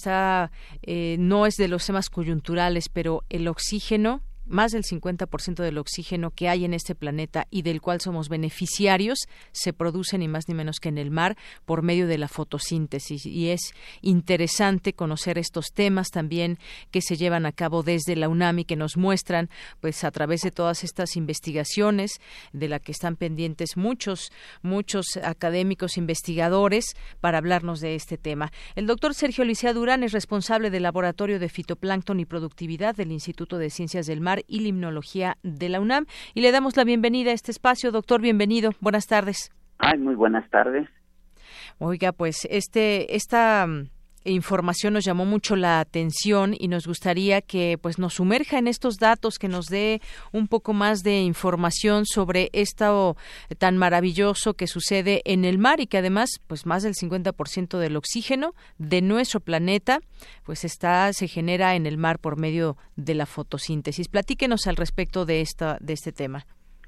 no es de los temas coyunturales, pero el oxígeno, más del 50% del oxígeno que hay en este planeta y del cual somos beneficiarios, se produce ni más ni menos que en el mar por medio de la fotosíntesis, y es interesante conocer estos temas también que se llevan a cabo desde la UNAM y que nos muestran pues a través de todas estas investigaciones de la que están pendientes muchos académicos investigadores para hablarnos de este tema. El doctor Sergio Licea Durán es responsable del Laboratorio de Fitoplancton y Productividad del Instituto de Ciencias del Mar y Limnología de la UNAM, y le damos la bienvenida a este espacio. Doctor, bienvenido. Buenas tardes. Muy buenas tardes. Oiga, pues esta información nos llamó mucho la atención y nos gustaría que pues nos sumerja en estos datos, que nos dé un poco más de información sobre esto tan maravilloso que sucede en el mar, y que además pues más del 50% del oxígeno de nuestro planeta pues se genera en el mar por medio de la fotosíntesis. Platíquenos al respecto de este tema.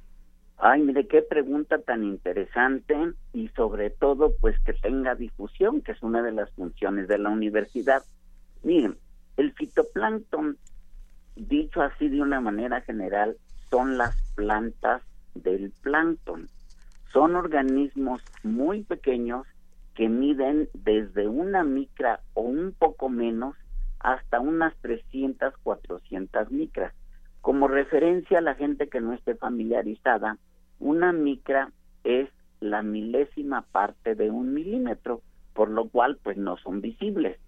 Mire, qué pregunta tan interesante, y sobre todo pues que tenga difusión, que es una de las funciones de la universidad. Miren, el fitoplancton, dicho así de una manera general, son las plantas del plancton. Son organismos muy pequeños que miden desde una micra o un poco menos hasta unas 300, 400 micras. Como referencia a la gente que no esté familiarizada, una micra es la milésima parte de 1 milímetro, por lo cual pues no son visibles.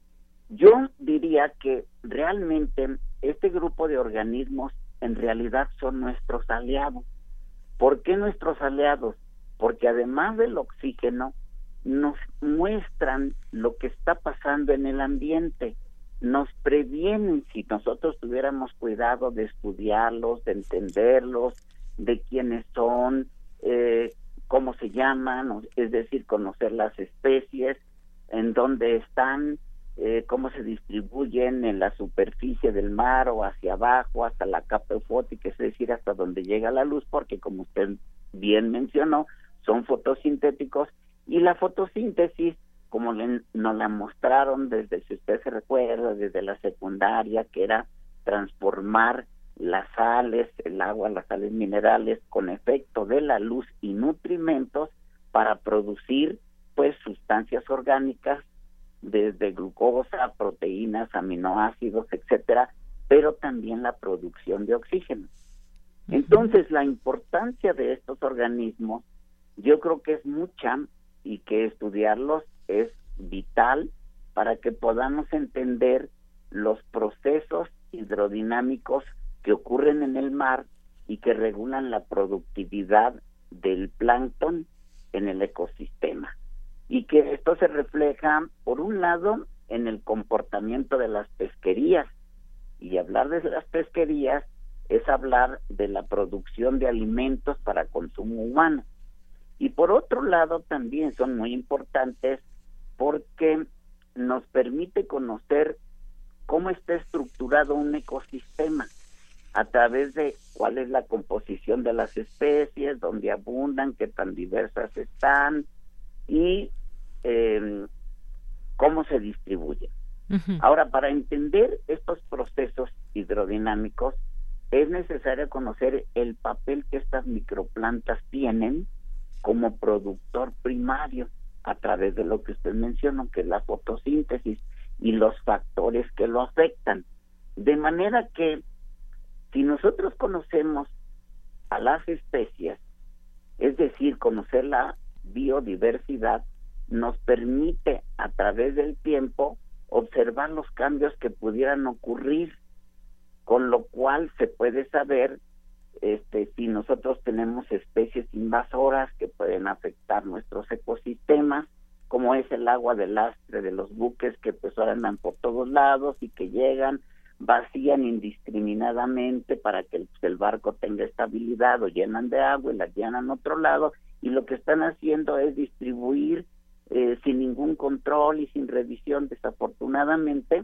Yo diría que realmente este grupo de organismos en realidad son nuestros aliados. ¿Por qué nuestros aliados? Porque además del oxígeno nos muestran lo que está pasando en el ambiente, nos previenen si nosotros tuviéramos cuidado de estudiarlos, de entenderlos, de quiénes son, cómo se llaman, es decir, conocer las especies, en dónde están, cómo se distribuyen en la superficie del mar o hacia abajo, hasta la capa eufótica, es decir, hasta donde llega la luz, porque como usted bien mencionó, son fotosintéticos, y la fotosíntesis, como nos la mostraron desde, si usted se recuerda, desde la secundaria, que era transformar las sales, el agua, las sales minerales, con efecto de la luz y nutrimentos para producir, pues, sustancias orgánicas, desde glucosa, proteínas, aminoácidos, etcétera, pero también la producción de oxígeno. Entonces, la importancia de estos organismos, yo creo que es mucha, y que estudiarlos es vital para que podamos entender los procesos hidrodinámicos que ocurren en el mar y que regulan la productividad del plancton en el ecosistema. Y que esto se refleja, por un lado, en el comportamiento de las pesquerías. Y hablar de las pesquerías es hablar de la producción de alimentos para consumo humano. Y por otro lado, también son muy importantes porque nos permite conocer cómo está estructurado un ecosistema a través de cuál es la composición de las especies, dónde abundan, qué tan diversas están y cómo se distribuyen. Ahora, para entender estos procesos hidrodinámicos, es necesario conocer el papel que estas microplantas tienen como productor primario a través de lo que usted mencionó, que es la fotosíntesis y los factores que lo afectan. De manera que si nosotros conocemos a las especies, es decir, conocer la biodiversidad, nos permite a través del tiempo observar los cambios que pudieran ocurrir, con lo cual se puede saber si nosotros tenemos especies invasoras que pueden afectar nuestros ecosistemas, como es el agua de lastre de los buques que pues ahora andan por todos lados y que llegan, vacían indiscriminadamente para que el barco tenga estabilidad, o llenan de agua y la llenan a otro lado, y lo que están haciendo es distribuir sin ningún control y sin revisión, desafortunadamente,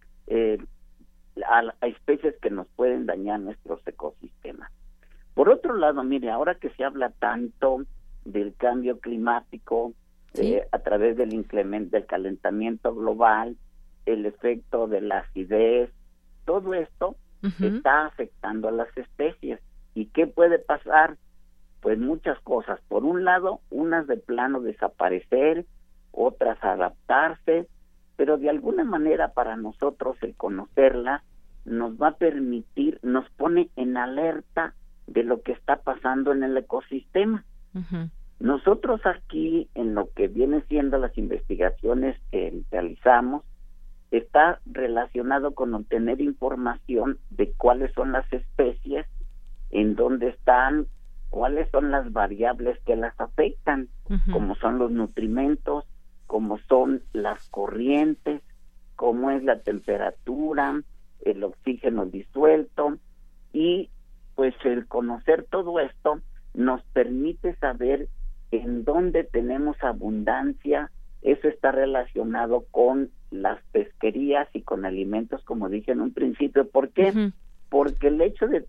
a especies que nos pueden dañar nuestros ecosistemas. Por otro lado, mire, ahora que se habla tanto del cambio climático, ¿sí?, a través del calentamiento global, el efecto de la acidez, todo esto está afectando a las especies. ¿Y qué puede pasar? Pues muchas cosas. Por un lado, unas de plano desaparecer, otras adaptarse, pero de alguna manera para nosotros el conocerla nos va a permitir, nos pone en alerta de lo que está pasando en el ecosistema. Nosotros aquí, en lo que viene siendo las investigaciones que realizamos, está relacionado con obtener información de cuáles son las especies, en dónde están, cuáles son las variables que las afectan, como son los nutrimentos, como son las corrientes, cómo es la temperatura, el oxígeno disuelto, y pues el conocer todo esto nos permite saber en dónde tenemos abundancia. Eso está relacionado con las pesquerías y con alimentos, como dije en un principio. ¿Por qué? Porque el hecho de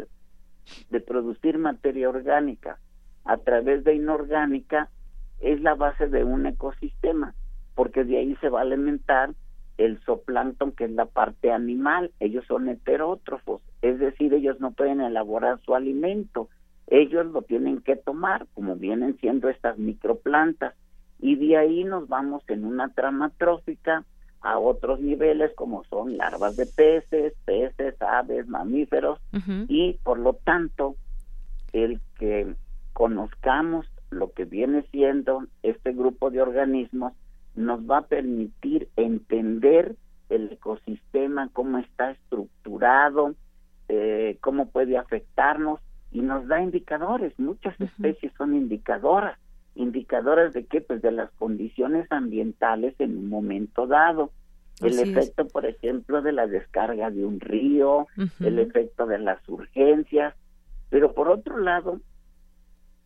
producir materia orgánica a través de inorgánica es la base de un ecosistema, porque de ahí se va a alimentar el zooplancton, que es la parte animal. Ellos son heterótrofos, es decir, ellos no pueden elaborar su alimento, ellos lo tienen que tomar, como vienen siendo estas microplantas, y de ahí nos vamos en una trama trófica a otros niveles, como son larvas de peces, aves, mamíferos, y por lo tanto, el que conozcamos lo que viene siendo este grupo de organismos nos va a permitir entender el ecosistema, cómo está estructurado, cómo puede afectarnos, y nos da indicadores. Muchas especies son indicadores de qué, pues de las condiciones ambientales en un momento dado. El efecto, por ejemplo, de la descarga de un río, el efecto de las urgencias, pero por otro lado,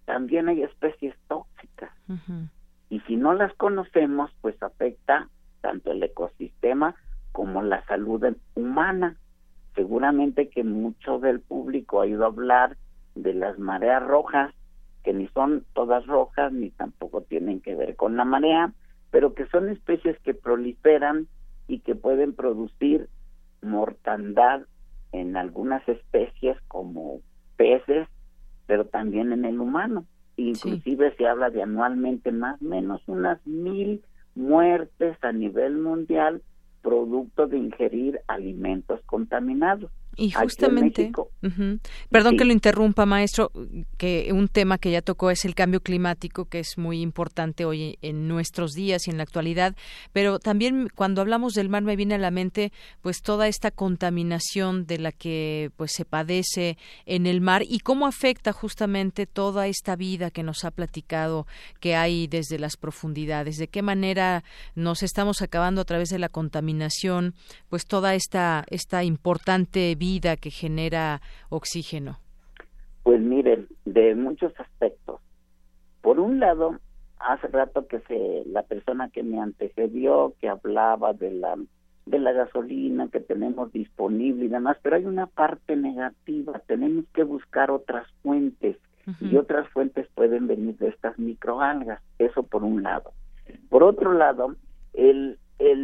también hay especies tóxicas. Y si no las conocemos, pues afecta tanto el ecosistema como la salud humana. Seguramente que mucho del público ha oído hablar de las mareas rojas, que ni son todas rojas, ni tampoco tienen que ver con la marea, pero que son especies que proliferan y que pueden producir mortandad en algunas especies como peces, pero también en el humano. Inclusive se habla de anualmente más o menos unas 1,000 muertes a nivel mundial producto de ingerir alimentos contaminados. Y justamente, perdón que lo interrumpa, maestro, que un tema que ya tocó es el cambio climático, que es muy importante hoy en nuestros días y en la actualidad, pero también cuando hablamos del mar me viene a la mente pues toda esta contaminación de la que pues se padece en el mar y cómo afecta justamente toda esta vida que nos ha platicado que hay desde las profundidades, de qué manera nos estamos acabando a través de la contaminación, pues toda esta importante vida que genera oxígeno. Pues miren, de muchos aspectos. Por un lado, hace rato que la persona que me antecedió, que hablaba de la gasolina que tenemos disponible y demás, pero hay una parte negativa, tenemos que buscar otras fuentes, y otras fuentes pueden venir de estas microalgas, eso por un lado. Por otro lado, el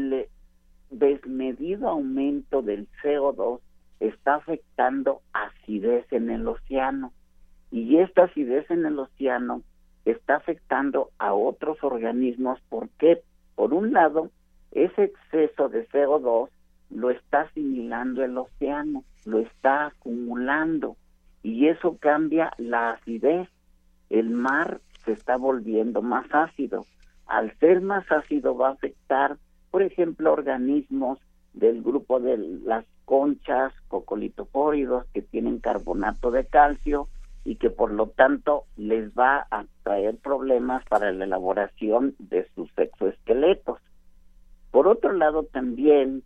desmedido aumento del CO2 está afectando acidez en el océano, y esta acidez en el océano está afectando a otros organismos porque, por un lado, ese exceso de CO2 lo está asimilando el océano, lo está acumulando, y eso cambia la acidez. El mar se está volviendo más ácido. Al ser más ácido va a afectar, por ejemplo, organismos del grupo de las conchas, coccolithopóridos, que tienen carbonato de calcio y que por lo tanto les va a traer problemas para la elaboración de sus exoesqueletos. Por otro lado también,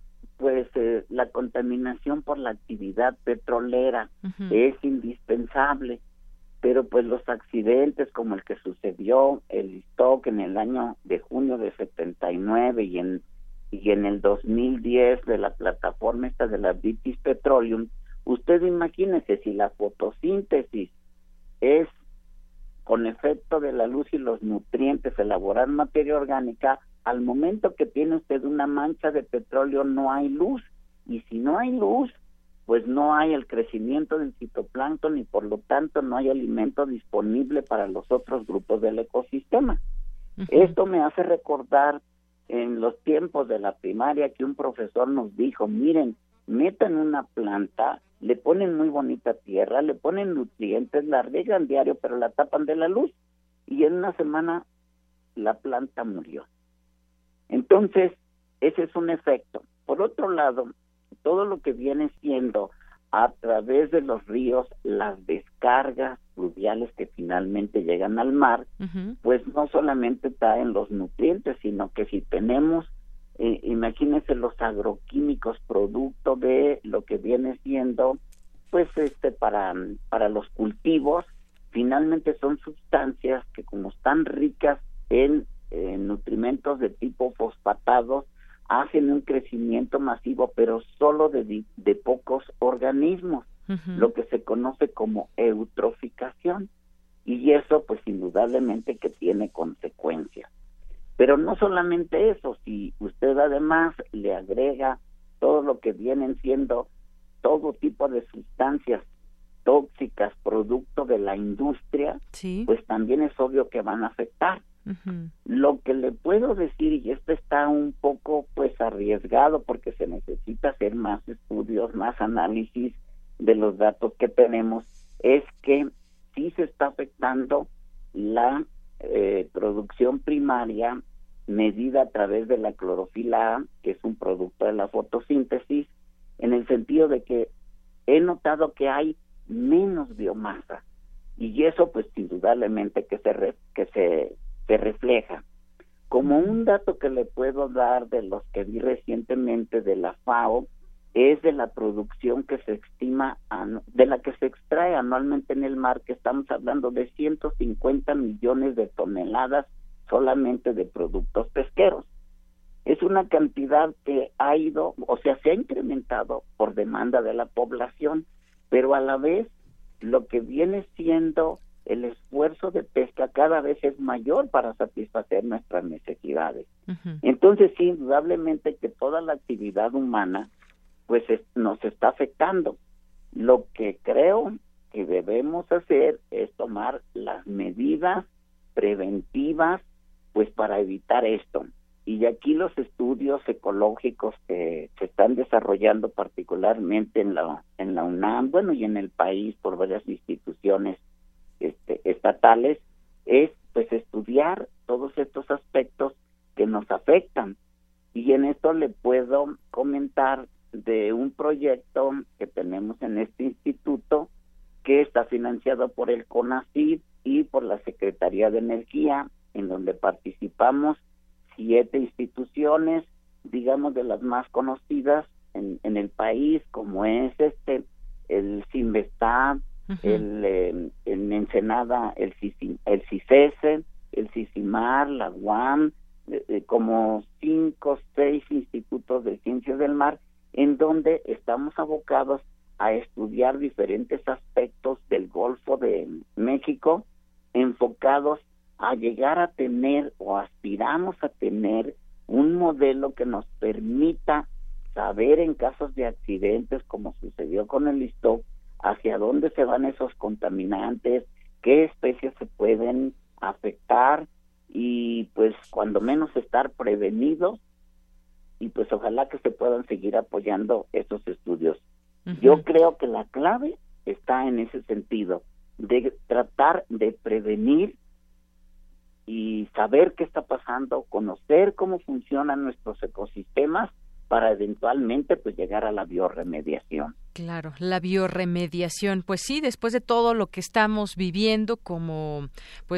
pues la contaminación por la actividad petrolera es indispensable, pero pues los accidentes como el que sucedió el Iztoc en el año de junio de 79 y en el 2010 de la plataforma esta de la British Petroleum, usted imagínese si la fotosíntesis es con efecto de la luz y los nutrientes elaborar materia orgánica, al momento que tiene usted una mancha de petróleo no hay luz, y si no hay luz, pues no hay el crecimiento del fitoplancton y por lo tanto no hay alimento disponible para los otros grupos del ecosistema. Esto me hace recordar en los tiempos de la primaria que un profesor nos dijo, miren, metan una planta, le ponen muy bonita tierra, le ponen nutrientes, la riegan diario, pero la tapan de la luz, y en una semana la planta murió. Entonces, ese es un efecto. Por otro lado, todo lo que viene siendo a través de los ríos, las descargas fluviales que finalmente llegan al mar, pues no solamente traen los nutrientes, sino que si tenemos, imagínense los agroquímicos producto de lo que viene siendo, pues para los cultivos, finalmente son sustancias que como están ricas en nutrimentos de tipo fosfatados, hacen un crecimiento masivo, pero solo de pocos organismos, lo que se conoce como eutroficación, y eso pues indudablemente que tiene consecuencias. Pero no solamente eso, si usted además le agrega todo lo que vienen siendo todo tipo de sustancias tóxicas producto de la industria, pues también es obvio que van a afectar. Lo que le puedo decir, y esto está un poco pues arriesgado porque se necesita hacer más estudios, más análisis de los datos que tenemos, es que sí se está afectando la producción primaria medida a través de la clorofila A, que es un producto de la fotosíntesis, en el sentido de que he notado que hay menos biomasa, y eso pues indudablemente que se refleja. Como un dato que le puedo dar de los que vi recientemente de la FAO, es de la producción que se estima, de la que se extrae anualmente en el mar, que estamos hablando de 150 millones de toneladas solamente de productos pesqueros. Es una cantidad que ha ido, se ha incrementado por demanda de la población, pero a la vez lo que viene siendo el esfuerzo de pesca cada vez es mayor para satisfacer nuestras necesidades. Uh-huh. Entonces, sí, indudablemente que toda la actividad humana pues nos está afectando. Lo que creo que debemos hacer es tomar las medidas preventivas pues para evitar esto. Y aquí los estudios ecológicos que se están desarrollando particularmente en la UNAM, bueno, y en el país por varias instituciones estatales, es pues estudiar todos estos aspectos que nos afectan. Y en esto le puedo comentar de un proyecto que tenemos en este instituto que está financiado por el CONACYT y por la Secretaría de Energía, en donde participamos 7 instituciones, digamos de las más conocidas en el país, como es el CINVESTAB, uh-huh. En Ensenada el CICESE, el CICIMAR, la UAM, como 5 o 6 institutos de ciencias del mar, en donde estamos abocados a estudiar diferentes aspectos del Golfo de México, enfocados a llegar a tener o aspiramos a tener un modelo que nos permita saber en casos de accidentes, como sucedió con el Ixtoc, hacia dónde se van esos contaminantes, qué especies se pueden afectar y pues cuando menos estar prevenidos y pues ojalá que se puedan seguir apoyando esos estudios. Uh-huh. Yo creo que la clave está en ese sentido, de tratar de prevenir y saber qué está pasando, conocer cómo funcionan nuestros ecosistemas para eventualmente pues llegar a la biorremediación. Claro, la biorremediación, pues sí, después de todo lo que estamos viviendo como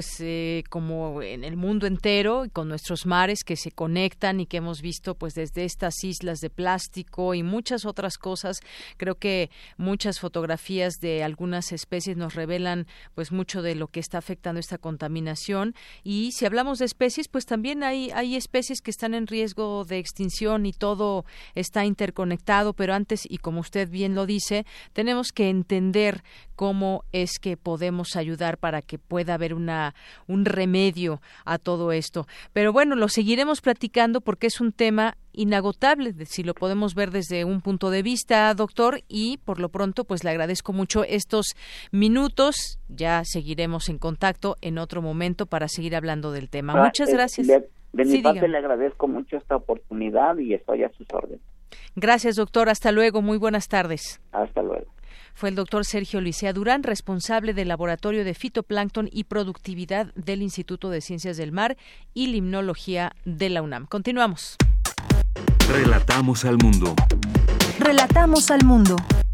en el mundo entero y con nuestros mares que se conectan y que hemos visto pues desde estas islas de plástico y muchas otras cosas, creo que muchas fotografías de algunas especies nos revelan pues mucho de lo que está afectando esta contaminación y si hablamos de especies pues también hay especies que están en riesgo de extinción y todo está interconectado, pero antes y como usted bien lo dice, tenemos que entender cómo es que podemos ayudar para que pueda haber un remedio a todo esto. Pero bueno, lo seguiremos platicando porque es un tema inagotable, si lo podemos ver desde un punto de vista, doctor, y por lo pronto pues le agradezco mucho estos minutos. Ya seguiremos en contacto en otro momento para seguir hablando del tema. Muchas gracias. De mi parte le agradezco mucho esta oportunidad y estoy a sus órdenes. Gracias, doctor. Hasta luego. Muy buenas tardes. Hasta luego. Fue el doctor Sergio Licea Durán, responsable del Laboratorio de Fitoplancton y Productividad del Instituto de Ciencias del Mar y Limnología de la UNAM. Continuamos. Relatamos al mundo. Relatamos al mundo.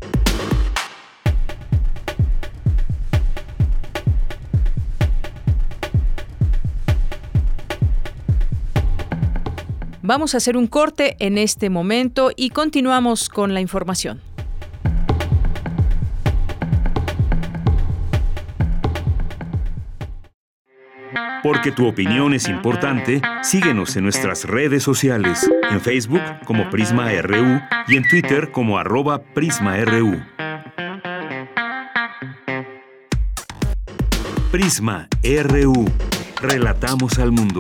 Vamos a hacer un corte en este momento y continuamos con la información. Porque tu opinión es importante, síguenos en nuestras redes sociales, en Facebook como Prisma RU y en Twitter como @PrismaRU. Prisma RU. Relatamos al mundo.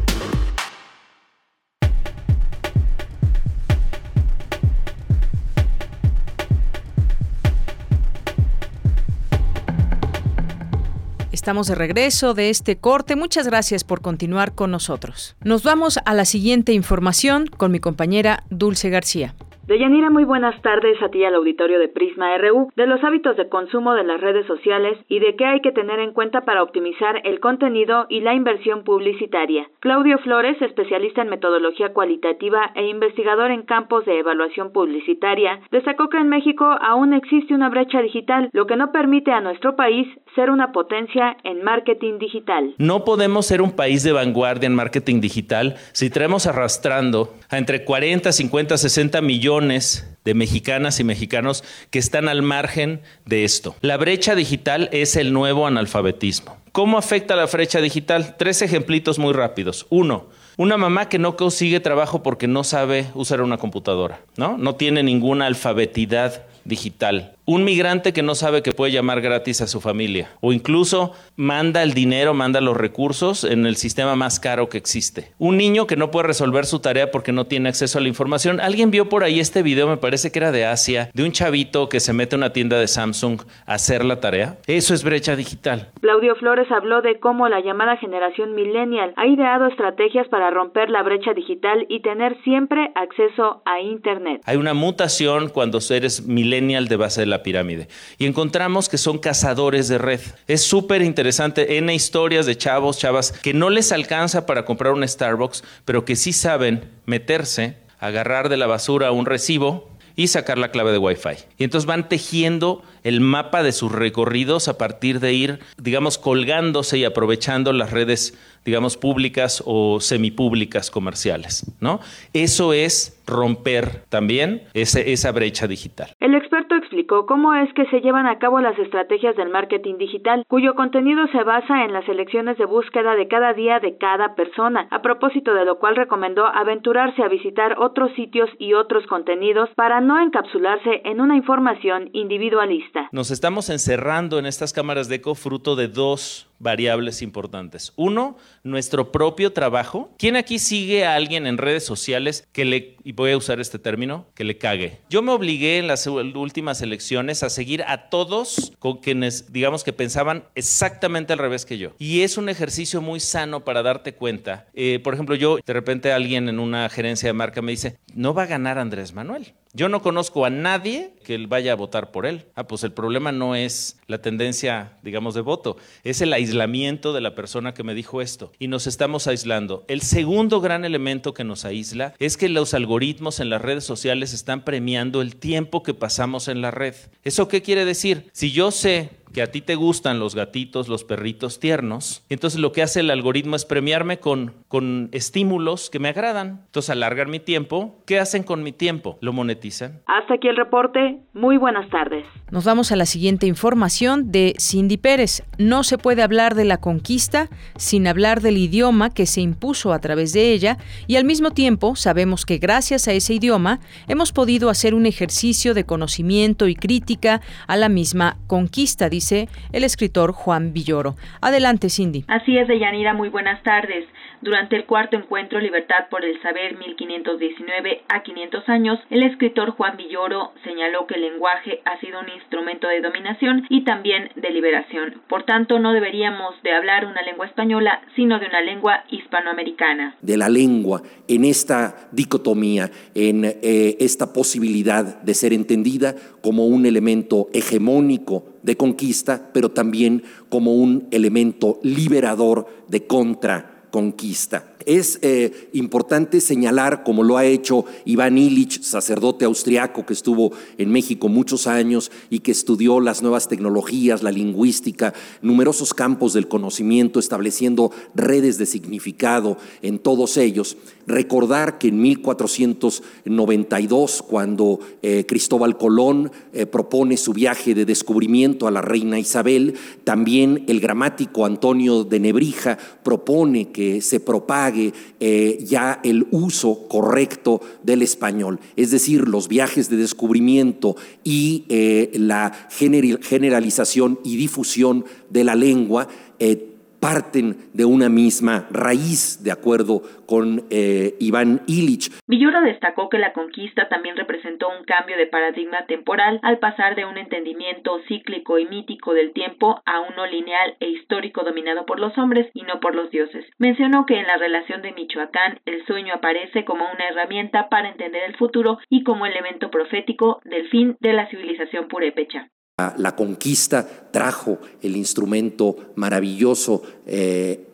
Estamos de regreso de este corte. Muchas gracias por continuar con nosotros. Nos vamos a la siguiente información con mi compañera Dulce García. Deyanira, muy buenas tardes a ti y al auditorio de Prisma RU, de los hábitos de consumo de las redes sociales y de qué hay que tener en cuenta para optimizar el contenido y la inversión publicitaria. Claudio Flores, especialista en metodología cualitativa e investigador en campos de evaluación publicitaria, destacó que en México aún existe una brecha digital, lo que no permite a nuestro país ser una potencia en marketing digital. No podemos ser un país de vanguardia en marketing digital si traemos arrastrando a entre 40, 50, 60 millones de mexicanas y mexicanos que están al margen de esto. La brecha digital es el nuevo analfabetismo. ¿Cómo afecta la brecha digital? 3 ejemplitos muy rápidos. 1, una mamá que no consigue trabajo porque no sabe usar una computadora, ¿no? No tiene ninguna alfabetidad digital. Un migrante que no sabe que puede llamar gratis a su familia o incluso manda el dinero, manda los recursos en el sistema más caro que existe. Un niño que no puede resolver su tarea porque no tiene acceso a la información. ¿Alguien vio por ahí este video? Me parece que era de Asia, de un chavito que se mete a una tienda de Samsung a hacer la tarea. Eso es brecha digital. Claudio Flores habló de cómo la llamada generación millennial ha ideado estrategias para romper la brecha digital y tener siempre acceso a Internet. Hay una mutación cuando eres millennial de base de la pirámide y encontramos que son cazadores de red. Es súper interesante, en historias de chavos, chavas que no les alcanza para comprar un Starbucks, pero que sí saben meterse, agarrar de la basura un recibo y sacar la clave de Wi-Fi. Y entonces van tejiendo el mapa de sus recorridos a partir de ir, digamos, colgándose y aprovechando las redes, digamos, públicas o semipúblicas comerciales, ¿no? Eso es romper también esa brecha digital. El experto explicó cómo es que se llevan a cabo las estrategias del marketing digital, cuyo contenido se basa en las elecciones de búsqueda de cada día de cada persona, a propósito de lo cual recomendó aventurarse a visitar otros sitios y otros contenidos para no encapsularse en una información individualista. Nos estamos encerrando en estas cámaras de eco fruto de 2 variables importantes. 1, nuestro propio trabajo. ¿Quién aquí sigue a alguien en redes sociales y voy a usar este término, que le cague? Yo me obligué en las últimas elecciones a seguir a todos con quienes, digamos, que pensaban exactamente al revés que yo. Y es un ejercicio muy sano para darte cuenta. Por ejemplo, de repente alguien en una gerencia de marca me dice, no va a ganar Andrés Manuel. Yo no conozco a nadie que vaya a votar por él. Pues el problema no es la tendencia, digamos, de voto, es el aislamiento de la persona que me dijo esto. Y nos estamos aislando. El segundo gran elemento que nos aísla es que los algoritmos en las redes sociales están premiando el tiempo que pasamos en la red. ¿Eso qué quiere decir? Si yo sé que a ti te gustan los gatitos, los perritos tiernos, entonces lo que hace el algoritmo es premiarme con estímulos que me agradan. Entonces alargan mi tiempo. ¿Qué hacen con mi tiempo? Lo monetizan. Hasta aquí el reporte. Muy buenas tardes. Nos vamos a la siguiente información de Cindy Pérez. No se puede hablar de la conquista sin hablar del idioma que se impuso a través de ella y al mismo tiempo sabemos que gracias a ese idioma hemos podido hacer un ejercicio de conocimiento y crítica a la misma conquista, dice el escritor Juan Villoro. Adelante, Cindy. Así es, Deyanira, muy buenas tardes. Durante el cuarto encuentro Libertad por el Saber 1519 a 500 años, el escritor Juan Villoro señaló que el lenguaje ha sido un instrumento de dominación y también de liberación. Por tanto, no deberíamos de hablar una lengua española, sino de una lengua hispanoamericana. De la lengua, en esta dicotomía, en esta posibilidad de ser entendida como un elemento hegemónico de conquista, pero también como un elemento liberador de contraconquista. Es importante señalar, como lo ha hecho Iván Illich, sacerdote austriaco que estuvo en México muchos años y que estudió las nuevas tecnologías, la lingüística, numerosos campos del conocimiento, estableciendo redes de significado en todos ellos. Recordar que en 1492, cuando Cristóbal Colón propone su viaje de descubrimiento a la reina Isabel, también el gramático Antonio de Nebrija propone que se propague ya el uso correcto del español, es decir, los viajes de descubrimiento y la generalización y difusión de la lengua parten de una misma raíz, de acuerdo con Iván Illich. Villoro destacó que la conquista también representó un cambio de paradigma temporal al pasar de un entendimiento cíclico y mítico del tiempo a uno lineal e histórico dominado por los hombres y no por los dioses. Mencionó que en la relación de Michoacán el sueño aparece como una herramienta para entender el futuro y como elemento profético del fin de la civilización purépecha. La conquista trajo el instrumento maravilloso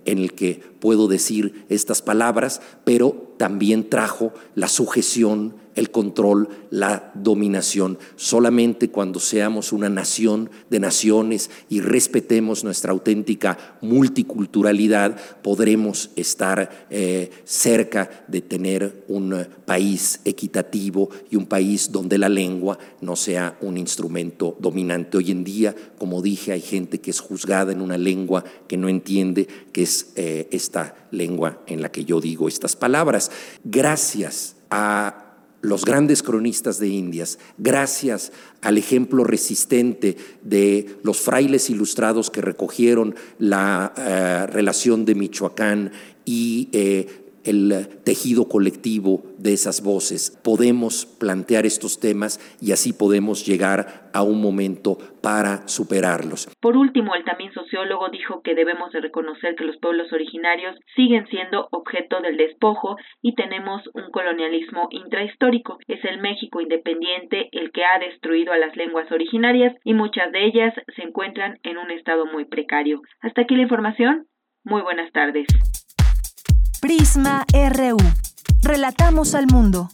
en el que puedo decir estas palabras, pero también trajo la sujeción, el control, la dominación. Solamente cuando seamos una nación de naciones y respetemos nuestra auténtica multiculturalidad, podremos estar cerca de tener un país equitativo y un país donde la lengua no sea un instrumento dominante. Hoy en día, como dije, hay gente que es juzgada en una lengua que no entiende, que es esta lengua en la que yo digo estas palabras. Gracias a los grandes cronistas de Indias, gracias al ejemplo resistente de los frailes ilustrados que recogieron la relación de Michoacán y el tejido colectivo de esas voces, podemos plantear estos temas y así podemos llegar a un momento para superarlos. Por último, el también sociólogo dijo que debemos de reconocer que los pueblos originarios siguen siendo objeto del despojo y tenemos un colonialismo intrahistórico. Es el México independiente el que ha destruido a las lenguas originarias y muchas de ellas se encuentran en un estado muy precario. Hasta aquí la información. Muy buenas tardes. Prisma RU. Relatamos al mundo.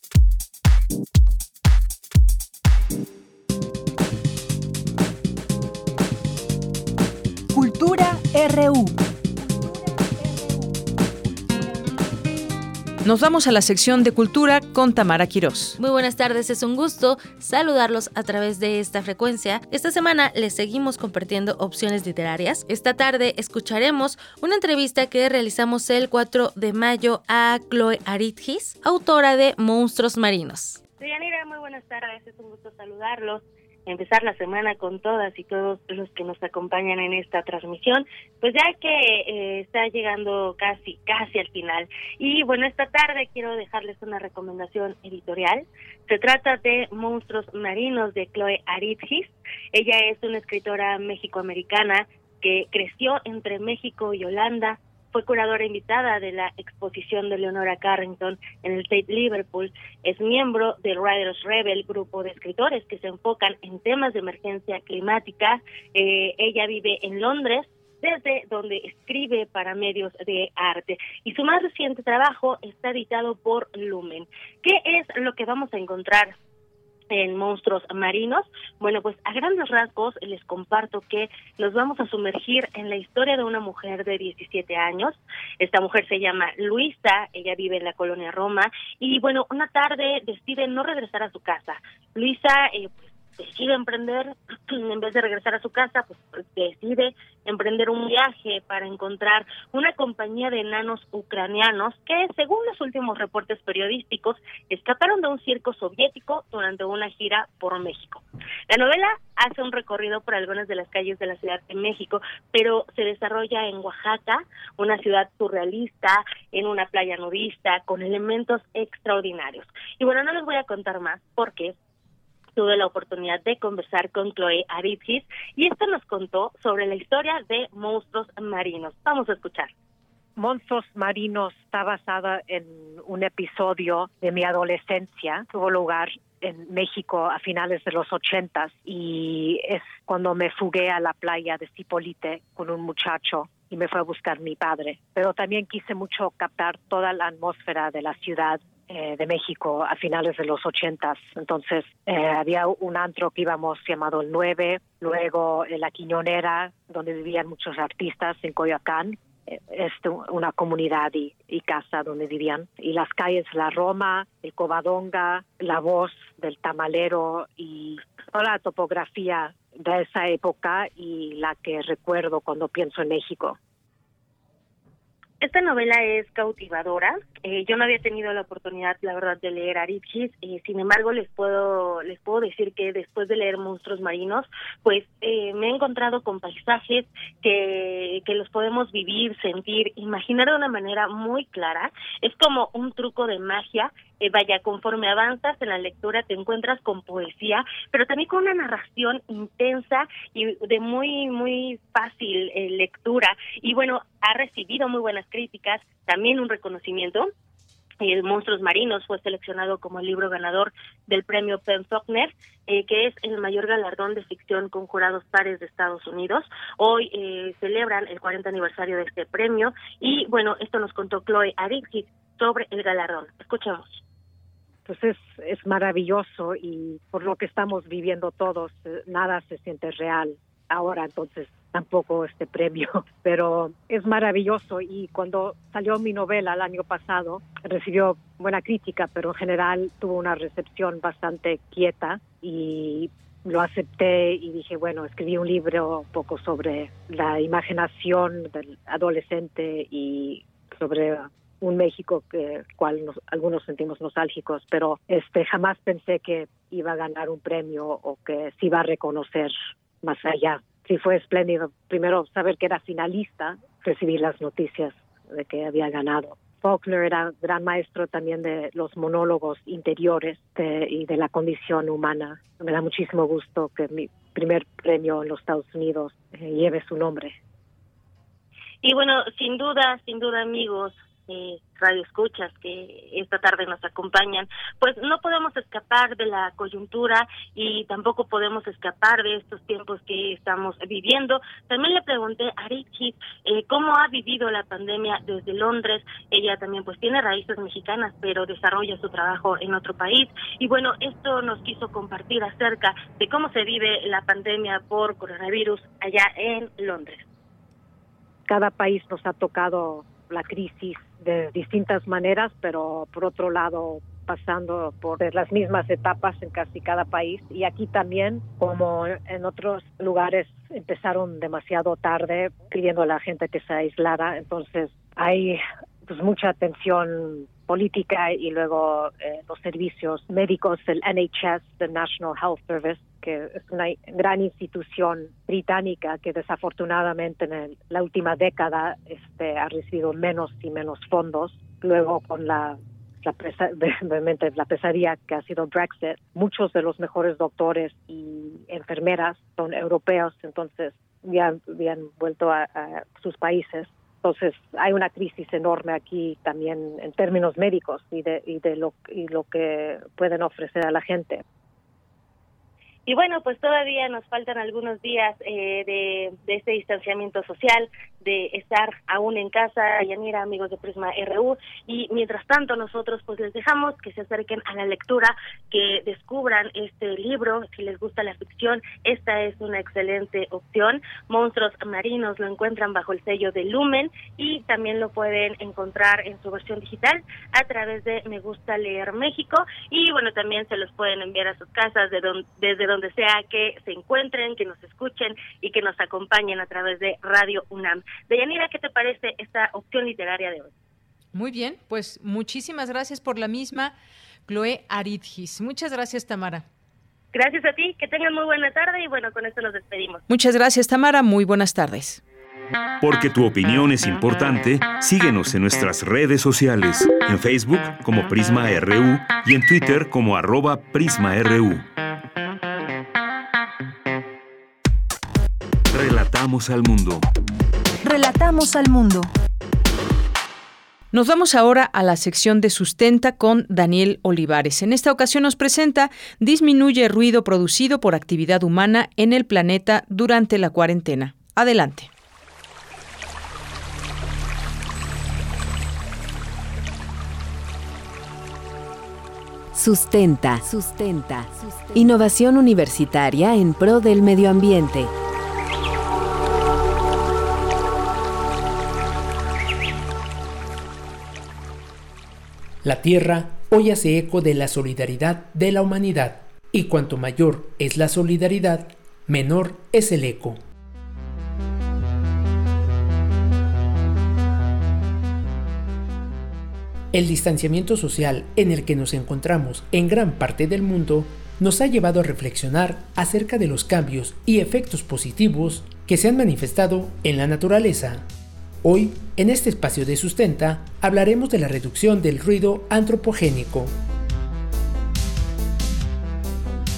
Cultura RU. Nos vamos a la sección de Cultura con Tamara Quirós. Muy buenas tardes, es un gusto saludarlos a través de esta frecuencia. Esta semana les seguimos compartiendo opciones literarias. Esta tarde escucharemos una entrevista que realizamos el 4 de mayo a Chloe Aridgis, autora de Monstruos Marinos. Deyanira, muy buenas tardes, es un gusto saludarlos. Empezar la semana con todas y todos los que nos acompañan en esta transmisión, pues ya que está llegando casi al final. Y bueno, esta tarde quiero dejarles una recomendación editorial. Se trata de Monstruos Marinos de Chloe Aridgis. Ella es una escritora mexicoamericana que creció entre México y Holanda. Fue curadora invitada de la exposición de Leonora Carrington en el Tate Liverpool. Es miembro del Writers Rebel, grupo de escritores que se enfocan en temas de emergencia climática. Ella vive en Londres, desde donde escribe para medios de arte. Y su más reciente trabajo está editado por Lumen. ¿Qué es lo que vamos a encontrar en Monstruos Marinos? Bueno, pues a grandes rasgos les comparto que nos vamos a sumergir en la historia de una mujer de 17 años. Esta mujer se llama Luisa, ella vive en la colonia Roma y bueno, una tarde decide no regresar a su casa. Luisa decide emprender, en vez de regresar a su casa, pues decide emprender un viaje para encontrar una compañía de enanos ucranianos que, según los últimos reportes periodísticos, escaparon de un circo soviético durante una gira por México. La novela hace un recorrido por algunas de las calles de la Ciudad de México, pero se desarrolla en Oaxaca, una ciudad surrealista, en una playa nudista, con elementos extraordinarios. Y bueno, no les voy a contar más porque tuve la oportunidad de conversar con Chloe Aridgis y esto nos contó sobre la historia de Monstruos Marinos. Vamos a escuchar. Monstruos Marinos está basada en un episodio de mi adolescencia. Tuvo lugar en México a finales de los 80s y es cuando me fugué a la playa de Zipolite con un muchacho y me fue a buscar mi padre. Pero también quise mucho captar toda la atmósfera de la ciudad de México a finales de los 80s. Entonces había un antro que íbamos llamado El 9, luego La Quiñonera, donde vivían muchos artistas en Coyoacán. Una comunidad y casa donde vivían. Y las calles La Roma, el Covadonga, la voz del tamalero y toda la topografía de esa época y la que recuerdo cuando pienso en México. Esta novela es cautivadora. Yo no había tenido la oportunidad, la verdad, de leer Aridgis. Sin embargo, les puedo decir que después de leer Monstruos Marinos, pues me he encontrado con paisajes que los podemos vivir, sentir, imaginar de una manera muy clara. Es como un truco de magia. Vaya, conforme avanzas en la lectura te encuentras con poesía, pero también con una narración intensa y de muy fácil lectura. Y bueno, ha recibido muy buenas críticas, también un reconocimiento. Monstruos Marinos fue seleccionado como el libro ganador del premio PEN Faulkner, que es el mayor galardón de ficción con jurados pares de Estados Unidos. Hoy celebran el 40 aniversario de este premio y bueno, esto nos contó Chloe Aridjis sobre el galardón. Escuchemos. Pues es maravilloso y por lo que estamos viviendo todos, nada se siente real ahora, entonces tampoco este premio, pero es maravilloso. Y cuando salió mi novela el año pasado, recibió buena crítica, pero en general tuvo una recepción bastante quieta y lo acepté y dije, bueno, escribí un libro un poco sobre la imaginación del adolescente y sobre un México cual algunos sentimos nostálgicos, pero jamás pensé que iba a ganar un premio o que se iba a reconocer más allá. Sí, fue espléndido. Primero, saber que era finalista, recibir las noticias de que había ganado. Faulkner era gran maestro también de los monólogos interiores y de la condición humana. Me da muchísimo gusto que mi primer premio en los Estados Unidos lleve su nombre. Y bueno, sin duda, amigos, radio escuchas que esta tarde nos acompañan, pues no podemos escapar de la coyuntura y tampoco podemos escapar de estos tiempos que estamos viviendo. También le pregunté a Aridjis cómo ha vivido la pandemia desde Londres. Ella también pues tiene raíces mexicanas, pero desarrolla su trabajo en otro país. Y bueno, esto nos quiso compartir acerca de cómo se vive la pandemia por coronavirus allá en Londres. Cada país nos ha tocado la crisis de distintas maneras, pero por otro lado pasando por las mismas etapas en casi cada país. Y aquí también, como en otros lugares, empezaron demasiado tarde pidiendo a la gente que se aislara. Entonces hay pues mucha tensión política y luego los servicios médicos, el NHS, the National Health Service, que es una gran institución británica que desafortunadamente en la última década ha recibido menos y menos fondos. Luego con la pesadilla que ha sido Brexit, muchos de los mejores doctores y enfermeras son europeos, entonces ya habían vuelto a sus países. Entonces hay una crisis enorme aquí también en términos médicos y lo que pueden ofrecer a la gente. Y bueno, pues todavía nos faltan algunos días de este distanciamiento social, de estar aún en casa, Yanira, amigos de Prisma RU, y mientras tanto nosotros pues les dejamos que se acerquen a la lectura, que descubran este libro. Si les gusta la ficción, esta es una excelente opción. Monstruos Marinos lo encuentran bajo el sello de Lumen y también lo pueden encontrar en su versión digital a través de Me Gusta Leer México, y bueno, también se los pueden enviar a sus casas desde donde sea que se encuentren, que nos escuchen y que nos acompañen a través de Radio UNAM. Deyanira, ¿qué te parece esta opción literaria de hoy? Muy bien, pues muchísimas gracias por la misma, Chloe Aridjis. Muchas gracias, Tamara. Gracias a ti, que tengan muy buena tarde y bueno, con esto nos despedimos. Muchas gracias, Tamara, muy buenas tardes. Porque tu opinión es importante, síguenos en nuestras redes sociales, en Facebook como Prisma RU y en Twitter como @PrismaRU. Relatamos al mundo. Relatamos al mundo. Nos vamos ahora a la sección de Sustenta con Daniel Olivares. En esta ocasión nos presenta Disminuye ruido producido por actividad humana en el planeta durante la cuarentena. Adelante. Sustenta. Innovación universitaria en pro del medio ambiente. La Tierra hoy hace eco de la solidaridad de la humanidad, y cuanto mayor es la solidaridad, menor es el eco. El distanciamiento social en el que nos encontramos en gran parte del mundo nos ha llevado a reflexionar acerca de los cambios y efectos positivos que se han manifestado en la naturaleza. Hoy, en este espacio de Sustenta, hablaremos de la reducción del ruido antropogénico.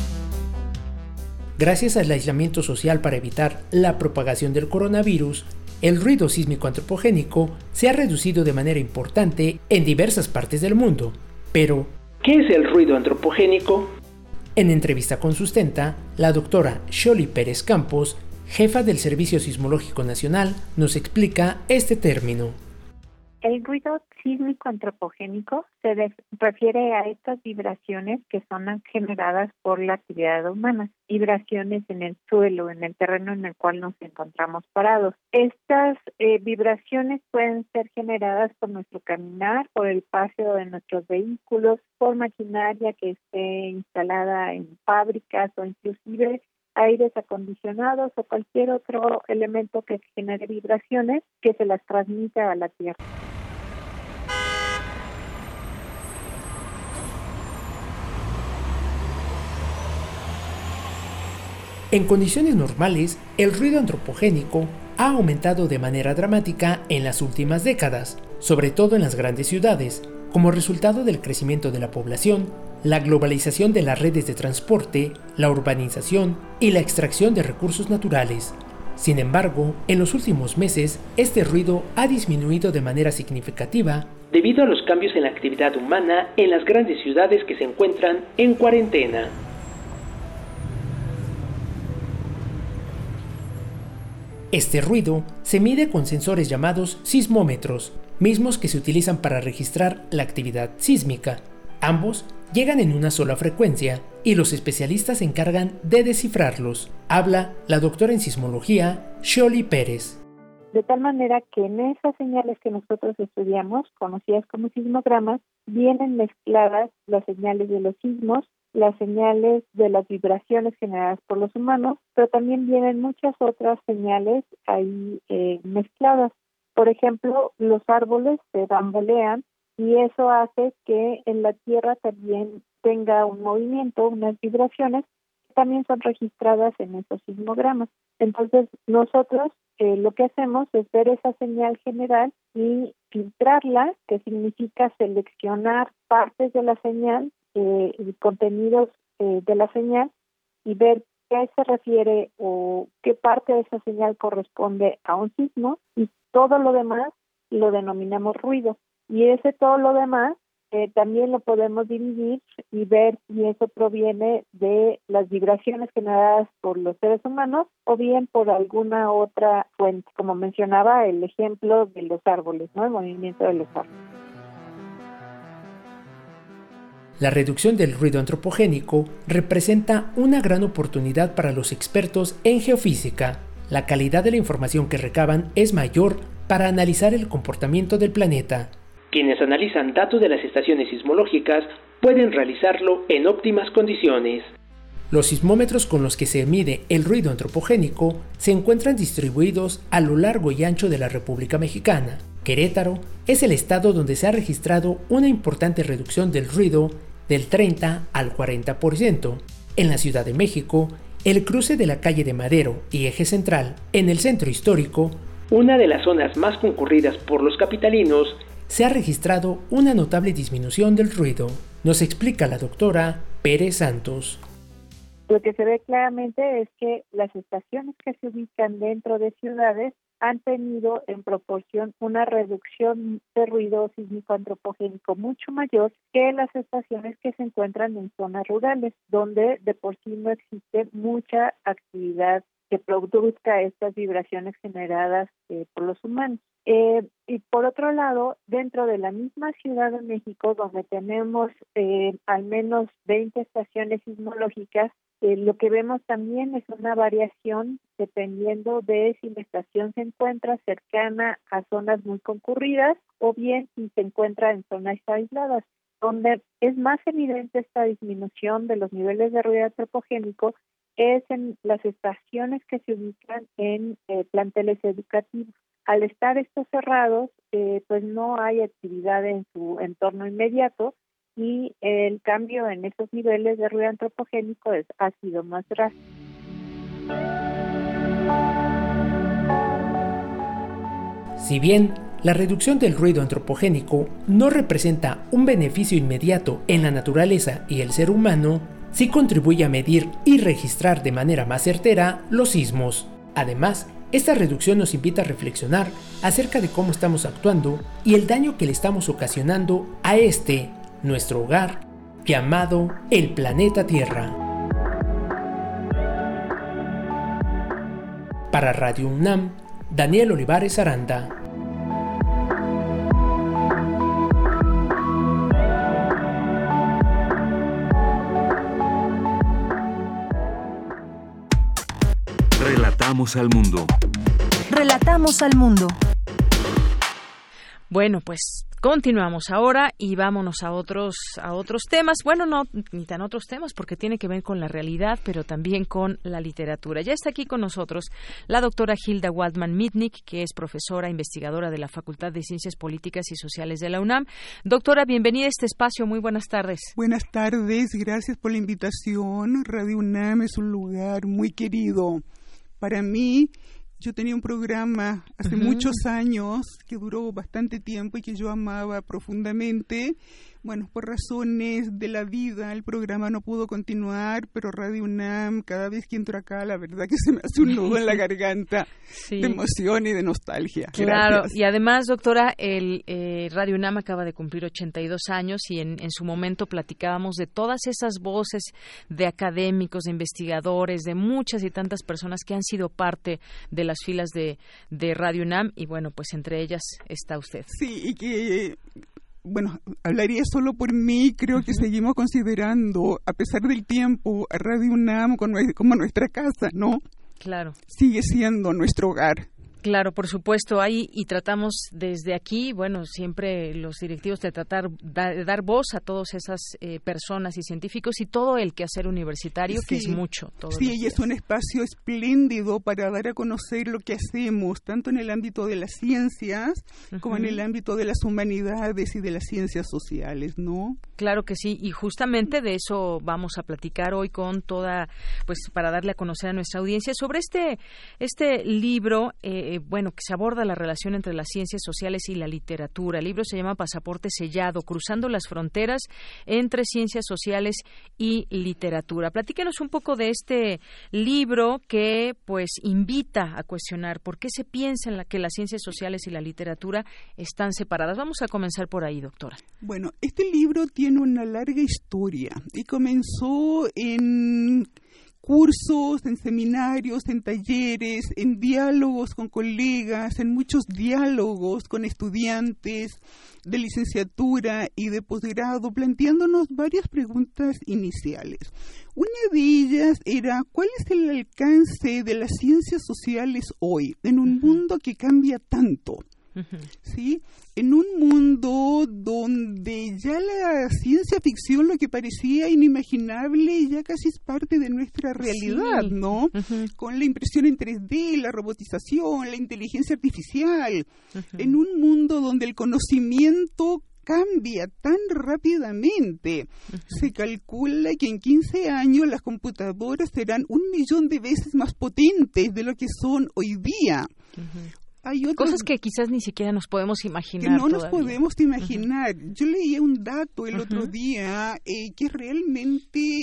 Gracias al aislamiento social para evitar la propagación del coronavirus, el ruido sísmico antropogénico se ha reducido de manera importante en diversas partes del mundo. Pero, ¿qué es el ruido antropogénico? En entrevista con Sustenta, la doctora Xoli Pérez Campos, jefa del Servicio Sismológico Nacional, nos explica este término. El ruido sísmico antropogénico se refiere a estas vibraciones que son generadas por la actividad humana, vibraciones en el suelo, en el terreno en el cual nos encontramos parados. Estas vibraciones pueden ser generadas por nuestro caminar, por el paso de nuestros vehículos, por maquinaria que esté instalada en fábricas o inclusive aires acondicionados o cualquier otro elemento que genere vibraciones que se las transmita a la Tierra. En condiciones normales, el ruido antropogénico ha aumentado de manera dramática en las últimas décadas, sobre todo en las grandes ciudades, como resultado del crecimiento de la población, la globalización de las redes de transporte, la urbanización y la extracción de recursos naturales. Sin embargo, en los últimos meses, este ruido ha disminuido de manera significativa debido a los cambios en la actividad humana en las grandes ciudades que se encuentran en cuarentena. Este ruido se mide con sensores llamados sismómetros, mismos que se utilizan para registrar la actividad sísmica. Ambos llegan en una sola frecuencia y los especialistas se encargan de descifrarlos. Habla la doctora en sismología, Xoli Pérez. De tal manera que en esas señales que nosotros estudiamos, conocidas como sismogramas, vienen mezcladas las señales de los sismos, las señales de las vibraciones generadas por los humanos, pero también vienen muchas otras señales ahí mezcladas. Por ejemplo, los árboles se bambolean y eso hace que en la Tierra también tenga un movimiento, unas vibraciones que también son registradas en esos sismogramas. Entonces, nosotros lo que hacemos es ver esa señal general y filtrarla, que significa seleccionar partes de la señal, contenidos de la señal y ver qué se refiere o qué parte de esa señal corresponde a un sismo, y todo lo demás lo denominamos ruido. Y ese todo lo demás también lo podemos dividir y ver si eso proviene de las vibraciones generadas por los seres humanos o bien por alguna otra fuente, como mencionaba el ejemplo de los árboles, ¿no? El movimiento de los árboles. La reducción del ruido antropogénico representa una gran oportunidad para los expertos en geofísica. La calidad de la información que recaban es mayor para analizar el comportamiento del planeta. Quienes analizan datos de las estaciones sismológicas pueden realizarlo en óptimas condiciones. Los sismómetros con los que se mide el ruido antropogénico se encuentran distribuidos a lo largo y ancho de la República Mexicana. Querétaro es el estado donde se ha registrado una importante reducción del ruido del 30 al 40%. En la Ciudad de México, el cruce de la calle de Madero y Eje Central en el centro histórico, una de las zonas más concurridas por los capitalinos, se ha registrado una notable disminución del ruido. Nos explica la doctora Pérez Santos. Lo que se ve claramente es que las estaciones que se ubican dentro de ciudades han tenido en proporción una reducción de ruido sísmico antropogénico mucho mayor que las estaciones que se encuentran en zonas rurales, donde de por sí no existe mucha actividad que produzca estas vibraciones generadas por los humanos. Y por otro lado, dentro de la misma Ciudad de México, donde tenemos al menos 20 estaciones sismológicas, lo que vemos también es una variación dependiendo de si la estación se encuentra cercana a zonas muy concurridas o bien si se encuentra en zonas aisladas. Donde es más evidente esta disminución de los niveles de ruido antropogénico es en las estaciones que se ubican en planteles educativos. Al estar estos cerrados, pues no hay actividad en su entorno inmediato y el cambio en esos niveles de ruido antropogénico ha sido más drástico. Si bien la reducción del ruido antropogénico no representa un beneficio inmediato en la naturaleza y el ser humano, sí contribuye a medir y registrar de manera más certera los sismos. Además, Esta reducción nos invita a reflexionar acerca de cómo estamos actuando y el daño que le estamos ocasionando a nuestro hogar, llamado el planeta Tierra. Para Radio UNAM, Daniel Olivares Aranda. Relatamos al mundo. Relatamos al mundo. Bueno, pues continuamos ahora y vámonos a otros temas. Bueno, no ni tan otros temas porque tiene que ver con la realidad, pero también con la literatura. Ya está aquí con nosotros la doctora Hilda Waldman-Mitnick, que es profesora investigadora de la Facultad de Ciencias Políticas y Sociales de la UNAM. Doctora, bienvenida a este espacio. Muy buenas tardes. Buenas tardes. Gracias por la invitación. Radio UNAM es un lugar muy querido para mí. Yo tenía un programa hace muchos años que duró bastante tiempo y que yo amaba profundamente. Bueno, por razones de la vida, el programa no pudo continuar, pero Radio UNAM, cada vez que entro acá, la verdad que se me hace un nudo en la garganta de emoción y de nostalgia. Claro, Gracias. y además, doctora, el Radio UNAM acaba de cumplir 82 años y en su momento platicábamos de todas esas voces de académicos, de investigadores, de muchas y tantas personas que han sido parte de las filas de Radio UNAM y bueno, pues entre ellas está usted. Sí, y que... Bueno, hablaría solo por mí, creo que seguimos considerando, a pesar del tiempo, a Radio UNAM como nuestra casa, ¿no? Claro. Sigue siendo nuestro hogar. Claro, por supuesto, ahí y tratamos desde aquí, bueno, siempre los directivos de dar voz a todas esas personas y científicos y todo el quehacer universitario, que es mucho. Sí, y es un espacio espléndido para dar a conocer lo que hacemos, tanto en el ámbito de las ciencias como en el ámbito de las humanidades y de las ciencias sociales, ¿no? Claro que sí, y justamente de eso vamos a platicar hoy con toda, pues para darle a conocer a nuestra audiencia sobre este libro, bueno, que se aborda la relación entre las ciencias sociales y la literatura. El libro se llama Pasaporte Sellado, cruzando las fronteras entre ciencias sociales y literatura. Platíquenos un poco de este libro que, pues, invita a cuestionar por qué se piensa que las ciencias sociales y la literatura están separadas. Vamos a comenzar por ahí, doctora. Bueno, este libro tiene una larga historia y comenzó en cursos, en seminarios, en talleres, en diálogos con colegas, en muchos diálogos con estudiantes de licenciatura y de posgrado, planteándonos varias preguntas iniciales. Una de ellas era, ¿cuál es el alcance de las ciencias sociales hoy en un mundo que cambia tanto? ¿Sí? En un mundo donde ya la ciencia ficción, lo que parecía inimaginable, ya casi es parte de nuestra realidad, sí, ¿no? Con la impresión en 3D, la robotización, la inteligencia artificial, en un mundo donde el conocimiento cambia tan rápidamente. Se calcula que en 15 años las computadoras serán 1 millón de veces más potentes de lo que son hoy día. Hay cosas que quizás ni siquiera nos podemos imaginar. Que no todavía nos podemos imaginar. Yo leía un dato el otro día que es realmente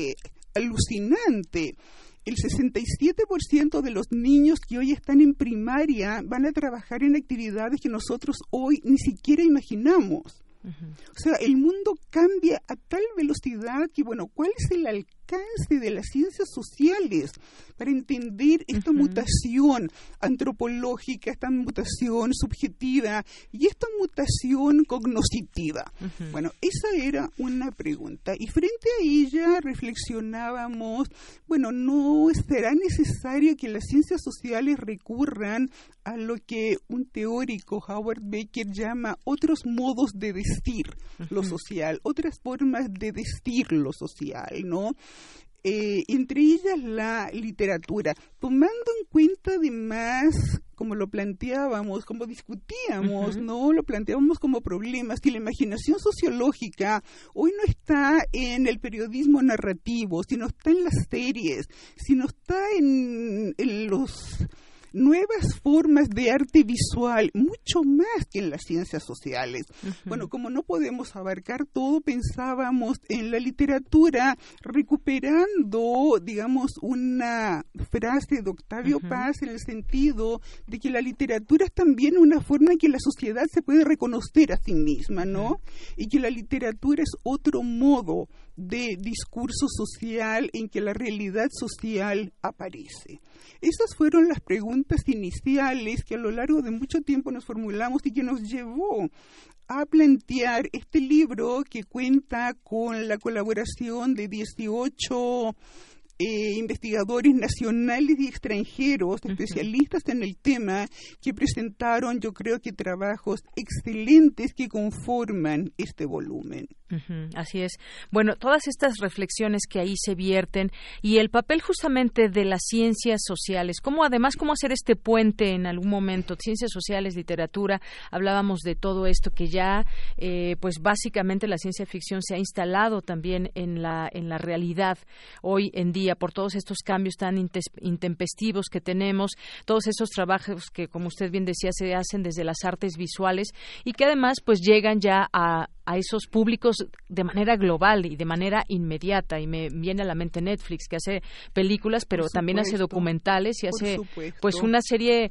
alucinante. El 67% de los niños que hoy están en primaria van a trabajar en actividades que nosotros hoy ni siquiera imaginamos. O sea, el mundo cambia a tal velocidad que, bueno, ¿cuál es el alcance de las ciencias sociales para entender esta mutación antropológica, esta mutación subjetiva y esta mutación cognoscitiva? Bueno, esa era una pregunta y frente a ella reflexionábamos, bueno, ¿no será necesario que las ciencias sociales recurran a lo que un teórico, Howard Becker, llama otros modos de decir lo social, otras formas de decir lo social, ¿no? Entre ellas la literatura, tomando en cuenta además, como lo planteábamos, como discutíamos, ¿no? Lo planteábamos como problemas, que la imaginación sociológica hoy no está en el periodismo narrativo, sino está en las series, sino está en los nuevas formas de arte visual, mucho más que en las ciencias sociales. Bueno, como no podemos abarcar todo, pensábamos en la literatura recuperando, digamos, una frase de Octavio Paz en el sentido de que la literatura es también una forma en que la sociedad se puede reconocer a sí misma, ¿no? Y que la literatura es otro modo de discurso social en que la realidad social aparece. Esas fueron las preguntas iniciales que a lo largo de mucho tiempo nos formulamos y que nos llevó a plantear este libro que cuenta con la colaboración de 18 investigadores nacionales y extranjeros, especialistas en el tema, que presentaron, yo creo que trabajos excelentes que conforman este volumen. Así es. Bueno, todas estas reflexiones que ahí se vierten y el papel justamente de las ciencias sociales, cómo hacer este puente en algún momento, ciencias sociales, literatura, hablábamos de todo esto que ya, pues básicamente la ciencia ficción se ha instalado también en la realidad hoy en día por todos estos cambios tan intempestivos que tenemos, todos esos trabajos que, como usted bien decía, se hacen desde las artes visuales y que además pues llegan ya a esos públicos de manera global y de manera inmediata, y me viene a la mente Netflix, que hace películas pero también hace documentales y hace pues una serie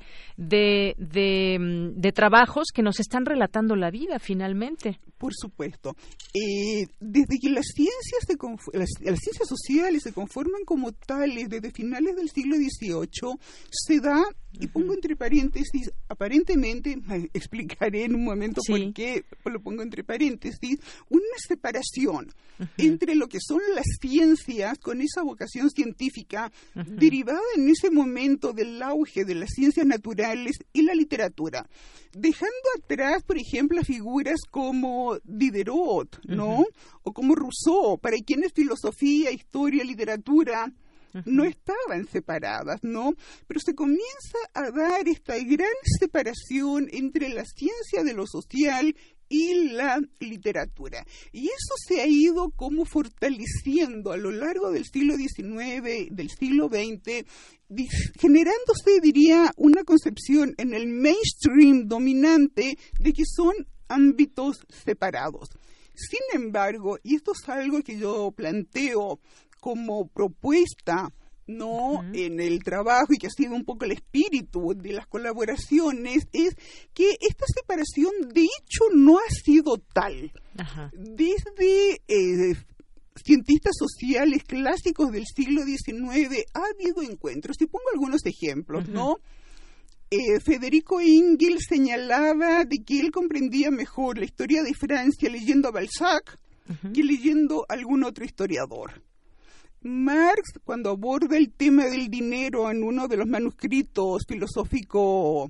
de trabajos que nos están relatando la vida finalmente. Por supuesto. Desde que las ciencias sociales se conforman como tales desde finales del siglo XVIII, se da, y pongo entre paréntesis, aparentemente, explicaré en un momento por qué lo pongo entre paréntesis, una separación entre lo que son las ciencias con esa vocación científica derivada en ese momento del auge de las ciencias naturales y la literatura, dejando atrás, por ejemplo, figuras como Diderot, ¿no? O como Rousseau, para quienes filosofía, historia, literatura no estaban separadas, ¿no? Pero se comienza a dar esta gran separación entre la ciencia de lo social y la literatura. Y eso se ha ido como fortaleciendo a lo largo del siglo XIX, del siglo XX, generándose, diría, una concepción en el mainstream dominante de que son ámbitos separados. Sin embargo, y esto es algo que yo planteo como propuesta, ¿no? En el trabajo, y que ha sido un poco el espíritu de las colaboraciones, es que esta separación de hecho no ha sido tal. Desde cientistas sociales clásicos del siglo XIX ha habido encuentros, y pongo algunos ejemplos, ¿no? Federico Engels señalaba de que él comprendía mejor la historia de Francia leyendo a Balzac que leyendo a algún otro historiador. Marx, cuando aborda el tema del dinero en uno de los manuscritos filosóficos,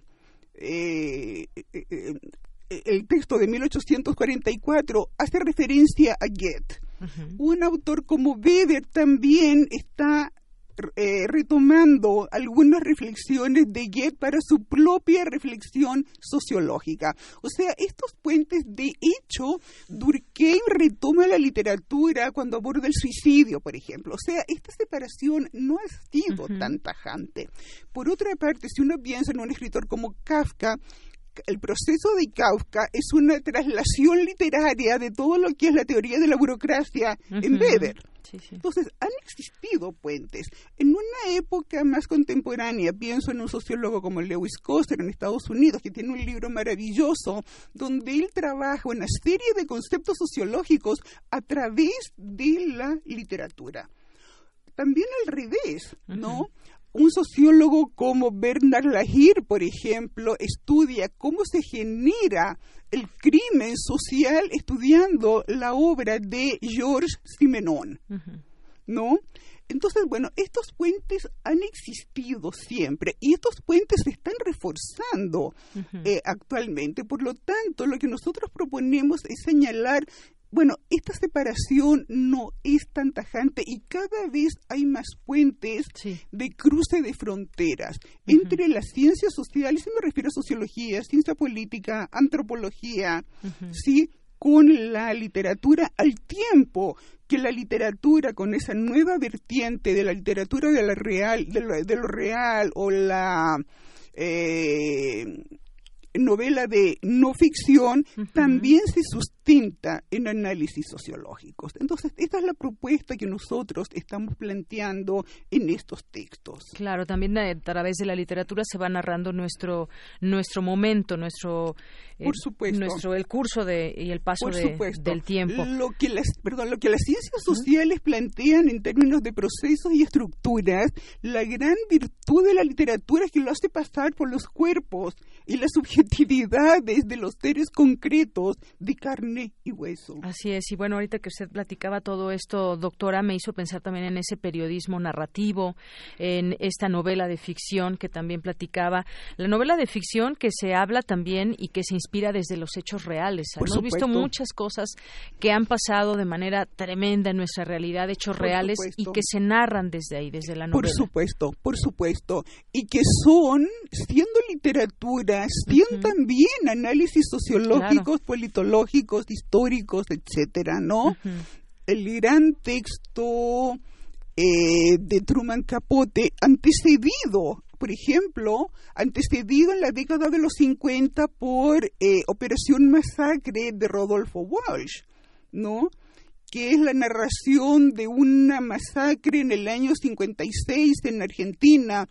el texto de 1844, hace referencia a Goethe. Un autor como Weber también está retomando algunas reflexiones de Goethe para su propia reflexión sociológica. O sea, estos puentes, de hecho, Durkheim retoma la literatura cuando aborda el suicidio, por ejemplo. O sea, esta separación no ha sido tan tajante. Por otra parte, si uno piensa en un escritor como Kafka, el proceso de Kafka es una traslación literaria de todo lo que es la teoría de la burocracia en Weber. Entonces, han existido puentes. En una época más contemporánea, pienso en un sociólogo como Lewis Coster en Estados Unidos, que tiene un libro maravilloso donde él trabaja una serie de conceptos sociológicos a través de la literatura. También al revés, ¿no? Un sociólogo como Bernard Lahire, por ejemplo, estudia cómo se genera el crimen social estudiando la obra de Georges Simenon, ¿no? Entonces, bueno, estos puentes han existido siempre y estos puentes se están reforzando actualmente. Por lo tanto, lo que nosotros proponemos es señalar, bueno, esta separación no es tan tajante y cada vez hay más puentes de cruce de fronteras entre las ciencias sociales, y me refiero a sociología, ciencia política, antropología, ¿sí?, con la literatura, al tiempo que la literatura, con esa nueva vertiente de la literatura de lo real o la novela de no ficción, también se sustenta en análisis sociológicos. Entonces, esta es la propuesta que nosotros estamos planteando en estos textos. Claro, también a través de la literatura se va narrando nuestro momento, por supuesto, el curso y el paso del tiempo. Lo que las ciencias sociales plantean en términos de procesos y estructuras, la gran virtud de la literatura es que lo hace pasar por los cuerpos y las subjetividades de los seres concretos de carne y hueso. Así es, y bueno, ahorita que usted platicaba todo esto, doctora, me hizo pensar también en ese periodismo narrativo, en esta novela de ficción que también platicaba, la novela de ficción que se habla también y que se inspira desde los hechos reales. Hemos visto muchas cosas que han pasado de manera tremenda en nuestra realidad, hechos reales, y que se narran desde ahí, desde la novela. Por supuesto, y que son, siendo literatura, también análisis sociológicos, politológicos, históricos, etcétera, ¿no? El gran texto de Truman Capote, antecedido en la década de los 50 por Operación Masacre de Rodolfo Walsh, ¿no? Que es la narración de una masacre en el año 56 en Argentina,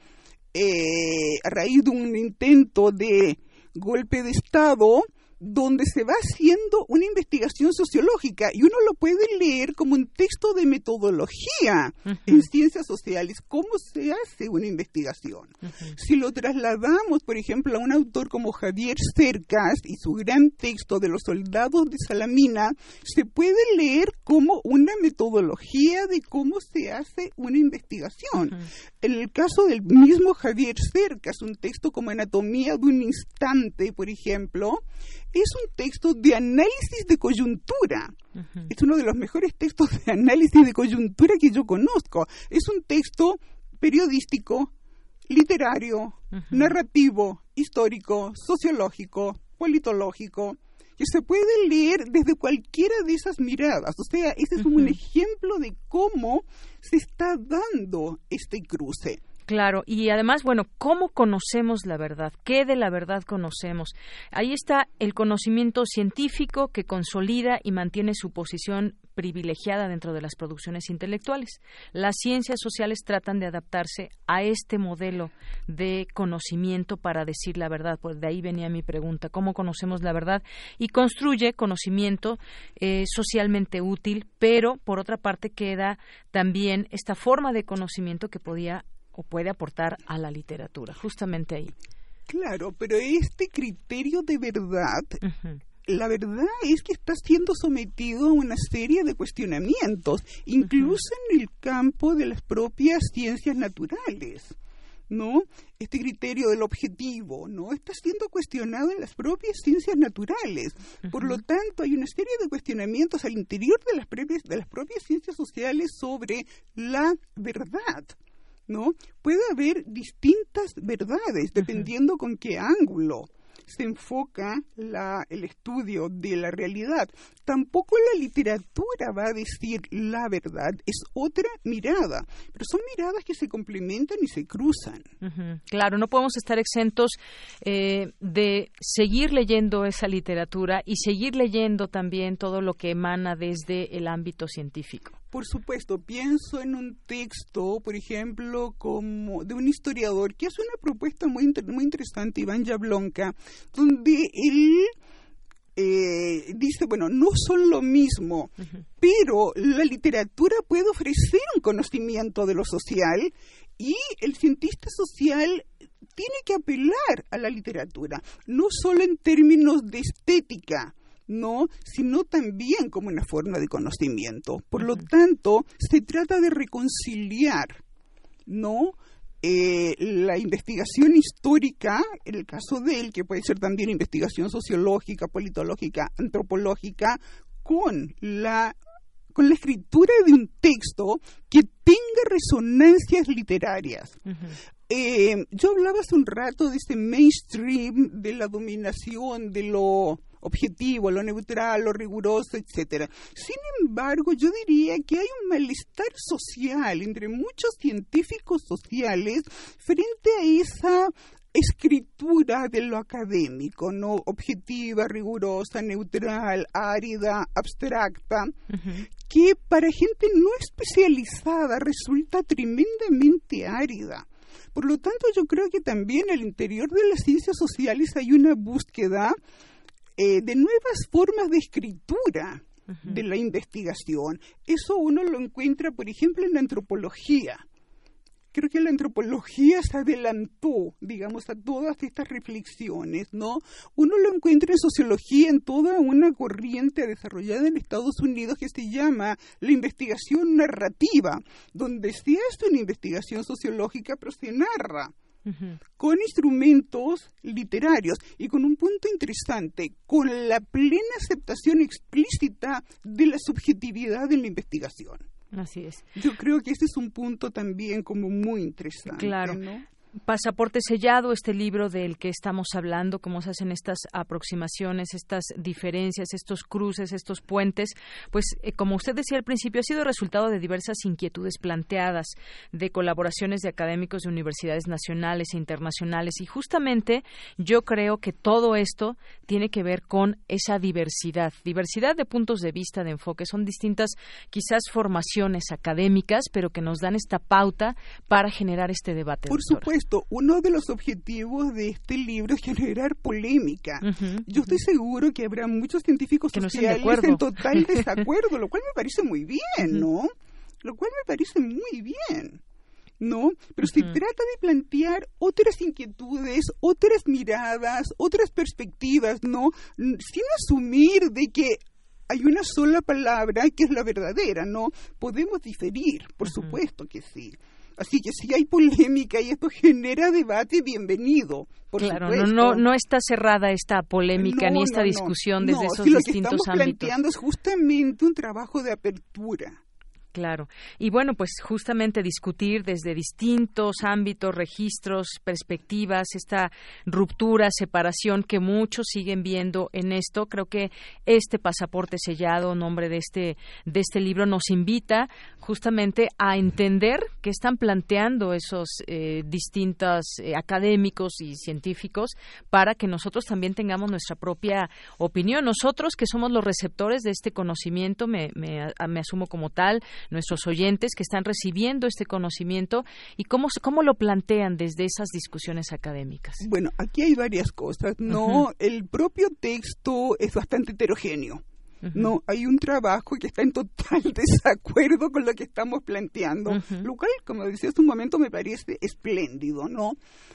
a raíz de un intento de golpe de Estado, donde se va haciendo una investigación sociológica y uno lo puede leer como un texto de metodología en ciencias sociales, cómo se hace una investigación. Si lo trasladamos, por ejemplo, a un autor como Javier Cercas y su gran texto de los soldados de Salamina, se puede leer como una metodología de cómo se hace una investigación. En el caso del mismo Javier Cercas, un texto como Anatomía de un instante, por ejemplo, es un texto de análisis de coyuntura. Es uno de los mejores textos de análisis de coyuntura que yo conozco. Es un texto periodístico, literario, narrativo, histórico, sociológico, politológico, que se puede leer desde cualquiera de esas miradas. O sea, ese es un ejemplo de cómo se está dando este cruce. Claro, y además, bueno, ¿cómo conocemos la verdad? ¿Qué de la verdad conocemos? Ahí está el conocimiento científico que consolida y mantiene su posición privilegiada dentro de las producciones intelectuales. Las ciencias sociales tratan de adaptarse a este modelo de conocimiento para decir la verdad. Pues de ahí venía mi pregunta, ¿cómo conocemos la verdad? Y construye conocimiento socialmente útil, pero por otra parte queda también esta forma de conocimiento que podía o puede aportar a la literatura, justamente ahí. Claro, pero este criterio de verdad, la verdad es que está siendo sometido a una serie de cuestionamientos, incluso en el campo de las propias ciencias naturales, ¿no? Este criterio del objetivo, ¿no? Está siendo cuestionado en las propias ciencias naturales. Por lo tanto, hay una serie de cuestionamientos al interior de las propias ciencias sociales sobre la verdad, ¿no? Puede haber distintas verdades dependiendo con qué ángulo se enfoca el estudio de la realidad. Tampoco la literatura va a decir la verdad, es otra mirada, pero son miradas que se complementan y se cruzan. Claro, no podemos estar exentos de seguir leyendo esa literatura y seguir leyendo también todo lo que emana desde el ámbito científico. Por supuesto, pienso en un texto, por ejemplo, como de un historiador que hace una propuesta muy interesante, Iván Jablonka, donde él dice, bueno, no son lo mismo, pero la literatura puede ofrecer un conocimiento de lo social y el cientista social tiene que apelar a la literatura, no solo en términos de estética, no, sino también como una forma de conocimiento. Por lo tanto, se trata de reconciliar, ¿no? La investigación histórica, en el caso de él, que puede ser también investigación sociológica, politológica, antropológica, con la escritura de un texto que tenga resonancias literarias. Yo hablaba hace un rato de este mainstream, de la dominación, de lo objetivo, lo neutral, lo riguroso, etcétera. Sin embargo, yo diría que hay un malestar social entre muchos científicos sociales frente a esa escritura de lo académico, ¿no? Objetiva, rigurosa, neutral, árida, abstracta, que para gente no especializada resulta tremendamente árida. Por lo tanto, yo creo que también al interior de las ciencias sociales hay una búsqueda de nuevas formas de escritura de la investigación. Eso uno lo encuentra, por ejemplo, en la antropología. Creo que la antropología se adelantó, digamos, a todas estas reflexiones, ¿no? Uno lo encuentra en sociología, en toda una corriente desarrollada en Estados Unidos que se llama la investigación narrativa, donde se hace una investigación sociológica, pero se narra con instrumentos literarios y con un punto interesante, con la plena aceptación explícita de la subjetividad en la investigación. Así es. Yo creo que ese es un punto también como muy interesante. Claro. ¿No? Pasaporte sellado, este libro del que estamos hablando, cómo se hacen estas aproximaciones, estas diferencias, estos cruces, estos puentes, pues como usted decía al principio, ha sido resultado de diversas inquietudes planteadas, de colaboraciones de académicos de universidades nacionales e internacionales, y justamente yo creo que todo esto tiene que ver con esa diversidad de puntos de vista, de enfoque. Son distintas quizás formaciones académicas, pero que nos dan esta pauta para generar este debate. Por supuesto. Uno de los objetivos de este libro es generar polémica. Yo estoy seguro que habrá muchos científicos sociales en total desacuerdo, lo cual me parece muy bien, ¿no? Lo cual me parece muy bien, ¿no? Pero se trata de plantear otras inquietudes, otras miradas, otras perspectivas, ¿no? Sin asumir de que hay una sola palabra que es la verdadera, ¿no? Podemos diferir, por supuesto que sí. Así que si hay polémica y esto genera debate, bienvenido, por supuesto. No está cerrada esta polémica ni esta discusión desde esos distintos ámbitos. Lo que estamos planteando es justamente un trabajo de apertura. Claro. Y bueno, pues justamente discutir desde distintos ámbitos, registros, perspectivas, esta ruptura, separación que muchos siguen viendo en esto. Creo que este pasaporte sellado, nombre de este libro, nos invita justamente a entender qué están planteando esos distintos académicos y científicos para que nosotros también tengamos nuestra propia opinión. Nosotros que somos los receptores de este conocimiento, me asumo como tal, nuestros oyentes que están recibiendo este conocimiento y cómo lo plantean desde esas discusiones académicas. Bueno, aquí hay varias cosas, ¿no? El propio texto es bastante heterogéneo. No, hay un trabajo que está en total desacuerdo con lo que estamos planteando, lo cual, como decía hace un momento, me parece espléndido, ¿no?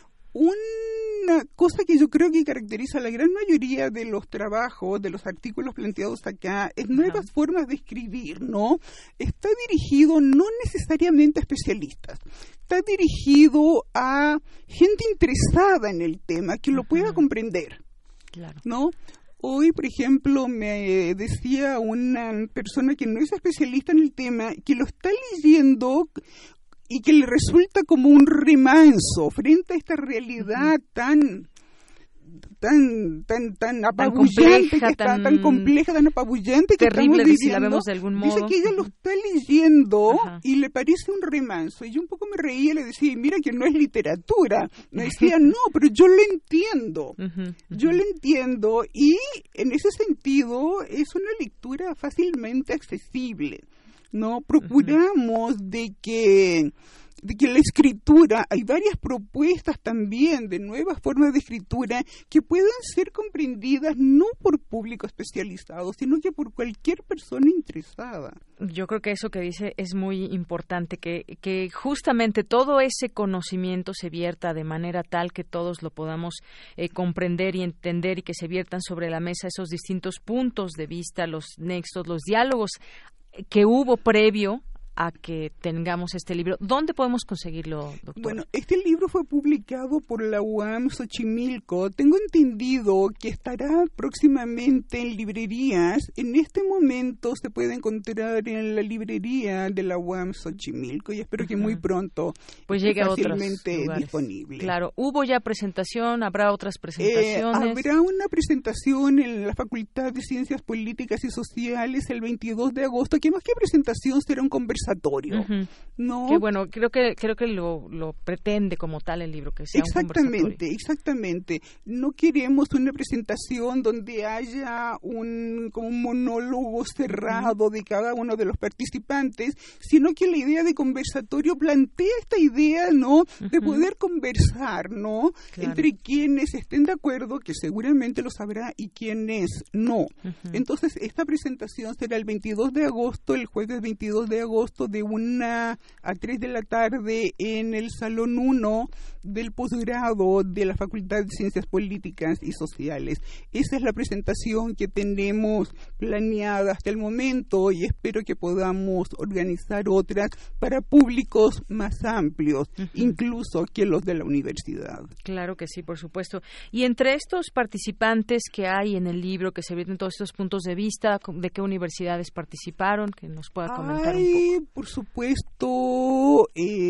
Una cosa que yo creo que caracteriza a la gran mayoría de los trabajos, de los artículos planteados acá, es nuevas formas de escribir, ¿no? Está dirigido no necesariamente a especialistas, está dirigido a gente interesada en el tema, que lo pueda comprender, ¿no? Hoy, por ejemplo, me decía una persona que no es especialista en el tema, que lo está leyendo y que le resulta como un remanso frente a esta realidad tan apabullante, tan compleja, tan apabullante que estamos viviendo. Si la vemos de algún modo. Dice que ella lo está leyendo y le parece un remanso. Y yo un poco me reía y le decía, mira que no es literatura. Me decía, no, pero yo lo entiendo. Yo lo entiendo y en ese sentido es una lectura fácilmente accesible. No procuramos de que la escritura, hay varias propuestas también de nuevas formas de escritura que puedan ser comprendidas no por público especializado, sino que por cualquier persona interesada. Yo creo que eso que dice es muy importante, que justamente todo ese conocimiento se vierta de manera tal que todos lo podamos comprender y entender, y que se viertan sobre la mesa esos distintos puntos de vista, los nexos, los diálogos que hubo previo a que tengamos este libro. ¿Dónde podemos conseguirlo, doctor? Bueno, este libro fue publicado por la UAM Xochimilco. Tengo entendido que estará próximamente en librerías. En este momento se puede encontrar en la librería de la UAM Xochimilco y espero que muy pronto pues llegue fácilmente a otros lugares. Disponible. Claro, ¿hubo ya presentación? ¿Habrá otras presentaciones? Habrá una presentación en la Facultad de Ciencias Políticas y Sociales el 22 de agosto, que más que presentación será un conversatorio conversatorio. ¿No? Que bueno, creo que lo pretende como tal el libro, que sea un conversatorio. Exactamente. No queremos una presentación donde haya como un monólogo cerrado de cada uno de los participantes, sino que la idea de conversatorio plantea esta idea, ¿no? De poder conversar, ¿no? Claro. Entre quienes estén de acuerdo, que seguramente lo sabrá, y quienes no. Entonces, esta presentación será el 22 de agosto, el jueves 22 de agosto, de 1 a 3 de la tarde en el Salón 1 del posgrado de la Facultad de Ciencias Políticas y Sociales. Esa es la presentación que tenemos planeada hasta el momento y espero que podamos organizar otras para públicos más amplios, incluso que los de la universidad. Claro que sí, por supuesto. Y entre estos participantes que hay en el libro, que se ven todos estos puntos de vista, ¿de qué universidades participaron? Que nos pueda comentar un poco. Por supuesto,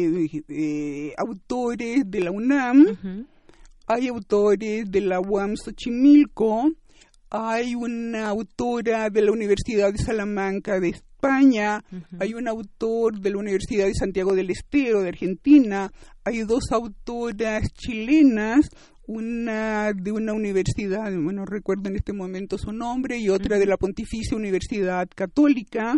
autores de la UNAM, hay autores de la UAM Xochimilco, hay una autora de la Universidad de Salamanca de España, hay un autor de la Universidad de Santiago del Estero de Argentina, hay 2 autoras chilenas, una de una universidad, no recuerdo en este momento su nombre, y otra de la Pontificia Universidad Católica.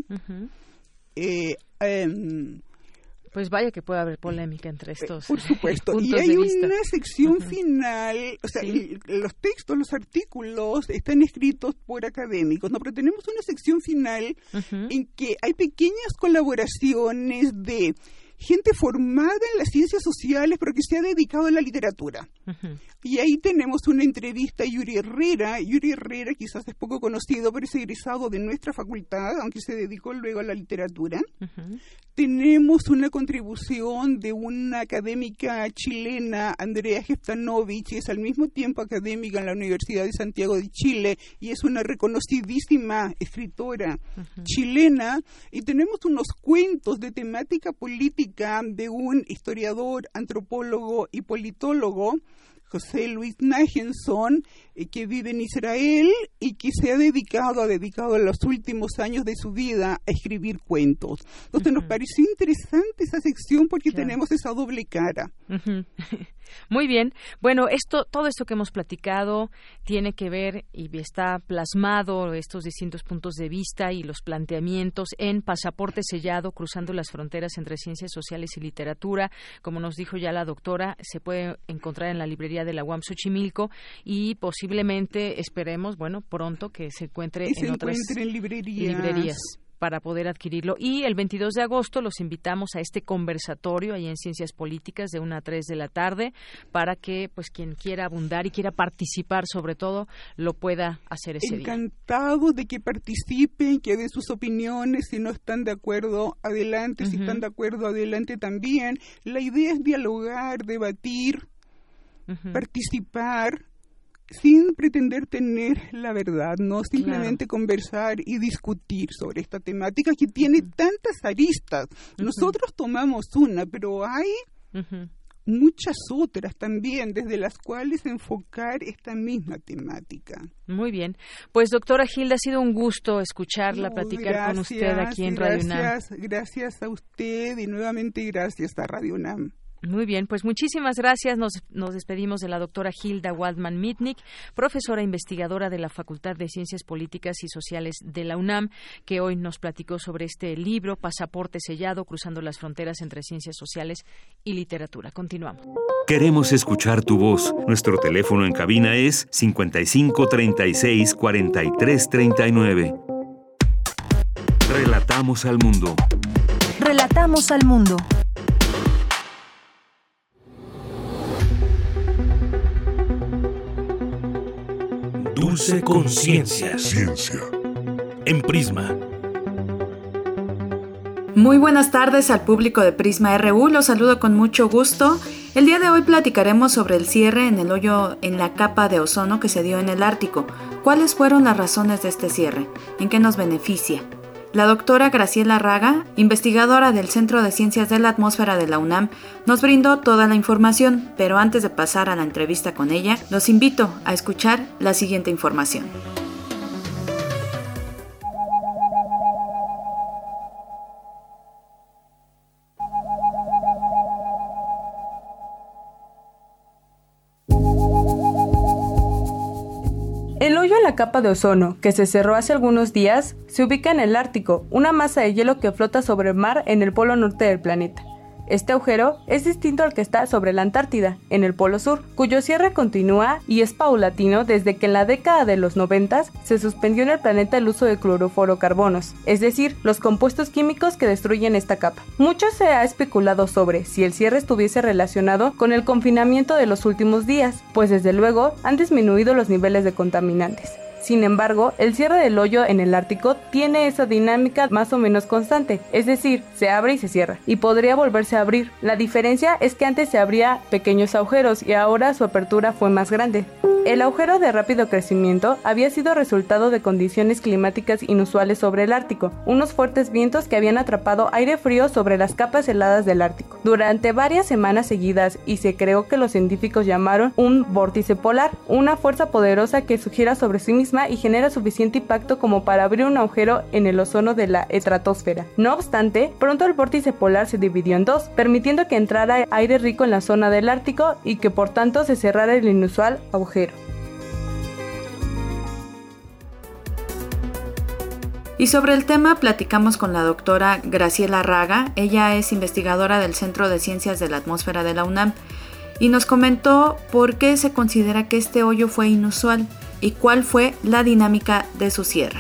Pues vaya que puede haber polémica entre estos por supuesto. puntos y hay de vista. Una sección final, o sea, los textos, los artículos están escritos por académicos, ¿no? Pero tenemos una sección final en que hay pequeñas colaboraciones de gente formada en las ciencias sociales, pero que se ha dedicado a la literatura. Y ahí tenemos una entrevista a Yuri Herrera. Yuri Herrera quizás es poco conocido, pero es egresado de nuestra facultad, aunque se dedicó luego a la literatura. Tenemos una contribución de una académica chilena, Andrea Jeftanovich, que es al mismo tiempo académica en la Universidad de Santiago de Chile y es una reconocidísima escritora chilena. Y tenemos unos cuentos de temática política de un historiador, antropólogo y politólogo, José Luis Nagenson, que vive en Israel y que se ha dedicado los últimos años de su vida a escribir cuentos. Entonces nos pareció interesante esa sección porque tenemos esa doble cara. Muy bien. Bueno, todo esto que hemos platicado tiene que ver y está plasmado estos distintos puntos de vista y los planteamientos en Pasaporte Sellado, cruzando las fronteras entre ciencias sociales y literatura. Como nos dijo ya la doctora, se puede encontrar en la librería de la UAM Xochimilco y posiblemente, esperemos, pronto que se encuentre en otras librerías para poder adquirirlo. Y el 22 de agosto los invitamos a este conversatorio ahí en Ciencias Políticas de 1 a 3 de la tarde para que pues quien quiera abundar y quiera participar sobre todo lo pueda hacer ese día. Encantado de que participen, que den sus opiniones, si no están de acuerdo, adelante, si están de acuerdo, adelante también. La idea es dialogar, debatir, participar, sin pretender tener la verdad, no simplemente conversar y discutir sobre esta temática que tiene tantas aristas. Nosotros tomamos una, pero hay muchas otras también desde las cuales enfocar esta misma temática. Muy bien. Pues doctora Gilda, ha sido un gusto escucharla, platicar con usted aquí en Radio UNAM. Gracias a usted y nuevamente gracias a Radio UNAM. Muy bien, pues muchísimas gracias. Nos despedimos de la doctora Gilda Waldman-Mitnick, profesora investigadora de la Facultad de Ciencias Políticas y Sociales de la UNAM, que hoy nos platicó sobre este libro, Pasaporte Sellado, cruzando las fronteras entre ciencias sociales y literatura. Continuamos. Queremos escuchar tu voz. Nuestro teléfono en cabina es 55 36 43 39. Relatamos al mundo. Relatamos al mundo. Dulce Conciencia. En Prisma. Muy buenas tardes al público de Prisma RU. Los saludo con mucho gusto. El día de hoy platicaremos sobre el cierre en el hoyo en la capa de ozono que se dio en el Ártico. ¿Cuáles fueron las razones de este cierre? ¿En qué nos beneficia? La doctora Graciela Raga, investigadora del Centro de Ciencias de la Atmósfera de la UNAM, nos brindó toda la información, pero antes de pasar a la entrevista con ella, los invito a escuchar la siguiente información. la capa de ozono, que se cerró hace algunos días, se ubica en el Ártico, una masa de hielo que flota sobre el mar en el polo norte del planeta. Este agujero es distinto al que está sobre la Antártida, en el Polo Sur, cuyo cierre continúa y es paulatino desde que en la década de los 90 se suspendió en el planeta el uso de clorofluorocarbonos, es decir, los compuestos químicos que destruyen esta capa. Mucho se ha especulado sobre si el cierre estuviese relacionado con el confinamiento de los últimos días, pues desde luego han disminuido los niveles de contaminantes. Sin embargo, el cierre del hoyo en el Ártico tiene esa dinámica más o menos constante, es decir, se abre y se cierra, y podría volverse a abrir. La diferencia es que antes se abría pequeños agujeros y ahora su apertura fue más grande. El agujero de rápido crecimiento había sido resultado de condiciones climáticas inusuales sobre el Ártico, unos fuertes vientos que habían atrapado aire frío sobre las capas heladas del Ártico durante varias semanas seguidas, y se creó que los científicos llamaron un vórtice polar, una fuerza poderosa que gira sobre sí misma y genera suficiente impacto como para abrir un agujero en el ozono de la estratosfera. No obstante, pronto el vórtice polar se dividió en dos, permitiendo que entrara aire rico en la zona del Ártico y que por tanto se cerrara el inusual agujero. Y sobre el tema platicamos con la doctora Graciela Raga. Ella es investigadora del Centro de Ciencias de la Atmósfera de la UNAM y nos comentó por qué se considera que este hoyo fue inusual y cuál fue la dinámica de su cierre.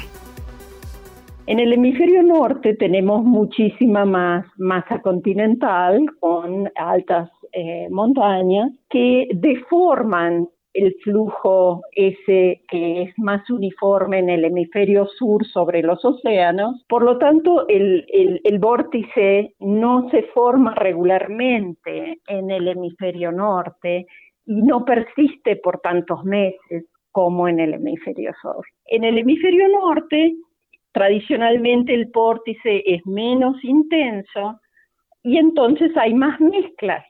En el hemisferio norte tenemos muchísima más masa continental con altas montañas que deforman el flujo ese que es más uniforme en el hemisferio sur sobre los océanos. Por lo tanto, el vórtice no se forma regularmente en el hemisferio norte y no persiste por tantos meses como en el hemisferio sur. En el hemisferio norte, tradicionalmente el vórtice es menos intenso y entonces hay más mezclas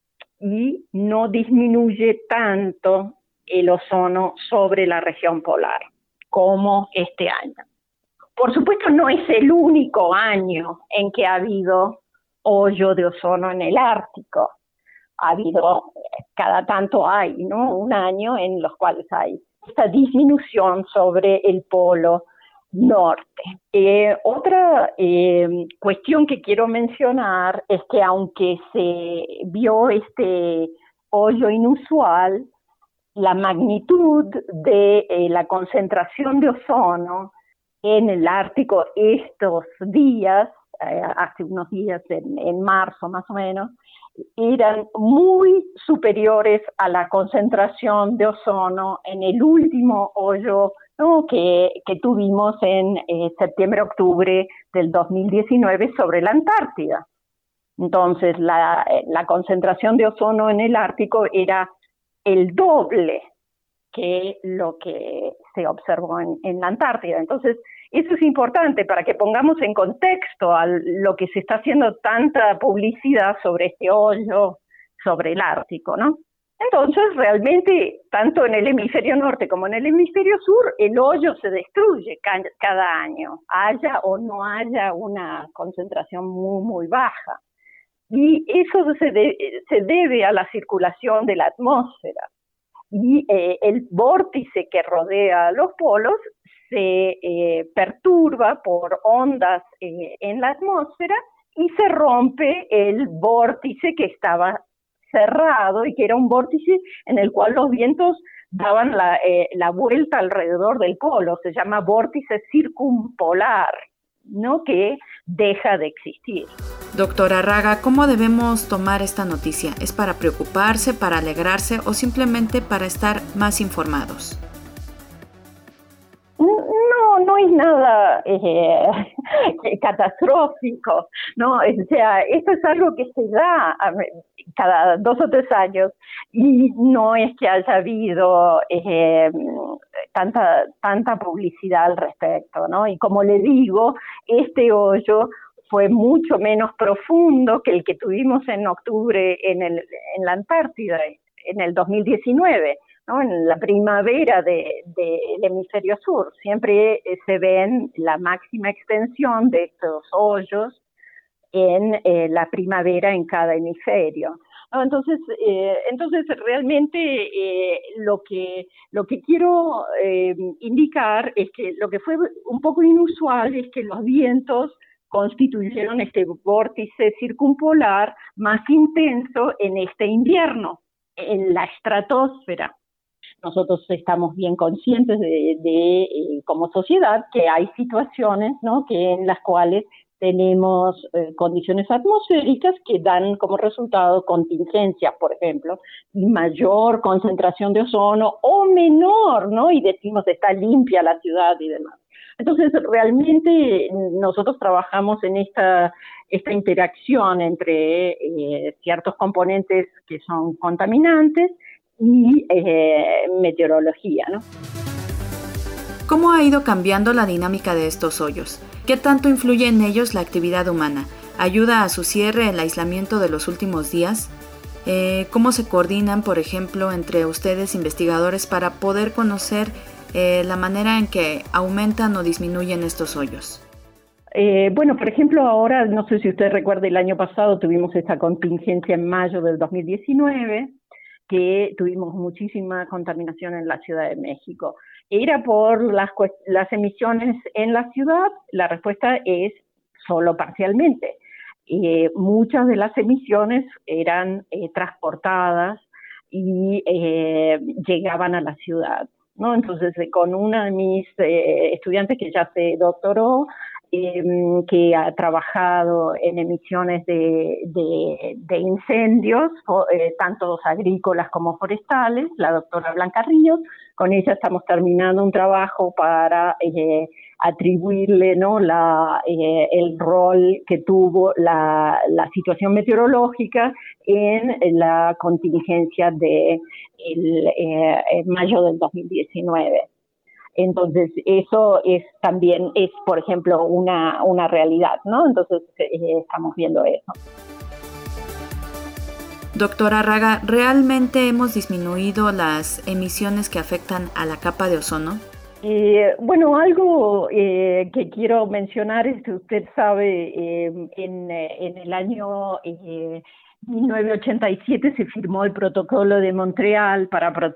y no disminuye tanto el ozono sobre la región polar como este año. Por supuesto, no es el único año en que ha habido hoyo de ozono en el Ártico. Ha habido, cada tanto hay, ¿no?, un año en los cuales hay esta disminución sobre el polo norte. Otra cuestión que quiero mencionar es que aunque se vio este hoyo inusual, la magnitud de la concentración de ozono en el Ártico estos días, hace unos días en marzo más o menos, eran muy superiores a la concentración de ozono en el último hoyo, ¿no?, que tuvimos en septiembre-octubre del 2019 sobre la Antártida. Entonces, la concentración de ozono en el Ártico era el doble que lo que se observó en la Antártida. Entonces, eso es importante para que pongamos en contexto a lo que se está haciendo tanta publicidad sobre este hoyo, sobre el Ártico, ¿no? Entonces, realmente, tanto en el hemisferio norte como en el hemisferio sur, el hoyo se destruye cada año, haya o no haya una concentración muy, muy baja. Y eso se debe a la circulación de la atmósfera. Y el vórtice que rodea los polos se perturba por ondas en la atmósfera y se rompe el vórtice que estaba cerrado y que era un vórtice en el cual los vientos daban la vuelta alrededor del polo. Se llama vórtice circumpolar, ¿no?, que deja de existir. Doctora Raga, ¿cómo debemos tomar esta noticia? ¿Es para preocuparse, para alegrarse o simplemente para estar más informados? No es nada catastrófico, ¿no? O sea, esto es algo que se da cada 2 o 3 años y no es que haya habido tanta publicidad al respecto, ¿no? Y como le digo, este hoyo fue mucho menos profundo que el que tuvimos en octubre en la Antártida, en el 2019. ¿No? En la primavera del hemisferio sur siempre se ven la máxima extensión de estos hoyos en la primavera en cada hemisferio. Entonces realmente lo que quiero indicar es que lo que fue un poco inusual es que los vientos constituyeron este vórtice circumpolar más intenso en este invierno, en la estratosfera. Nosotros estamos bien conscientes de como sociedad que hay situaciones, ¿no?, que en las cuales tenemos condiciones atmosféricas que dan como resultado contingencias, por ejemplo, y mayor concentración de ozono o menor, ¿no? Y decimos está limpia la ciudad y demás. Entonces, realmente nosotros trabajamos en esta interacción entre ciertos componentes que son contaminantes y meteorología, ¿no? ¿Cómo ha ido cambiando la dinámica de estos hoyos? ¿Qué tanto influye en ellos la actividad humana? ¿Ayuda a su cierre el aislamiento de los últimos días? ¿Cómo se coordinan, por ejemplo, entre ustedes investigadores para poder conocer la manera en que aumentan o disminuyen estos hoyos? Bueno, por ejemplo, ahora, no sé si usted recuerda, el año pasado tuvimos esta contingencia en mayo del 2019, que tuvimos muchísima contaminación en la Ciudad de México. ¿Era por las emisiones en la ciudad? La respuesta es solo parcialmente. Muchas de las emisiones eran transportadas y llegaban a la ciudad, ¿no? Entonces, con una de mis estudiantes que ya se doctoró, que ha trabajado en emisiones de incendios, tanto agrícolas como forestales, la doctora Blanca Ríos. Con ella estamos terminando un trabajo para atribuirle, ¿no?, el rol que tuvo la situación meteorológica en la contingencia de mayo del 2019. Entonces, eso también es, por ejemplo, una realidad, ¿no? Entonces, estamos viendo eso. Doctora Raga, ¿realmente hemos disminuido las emisiones que afectan a la capa de ozono? Bueno, algo que quiero mencionar es que usted sabe, en el año 1987 se firmó el Protocolo de Montreal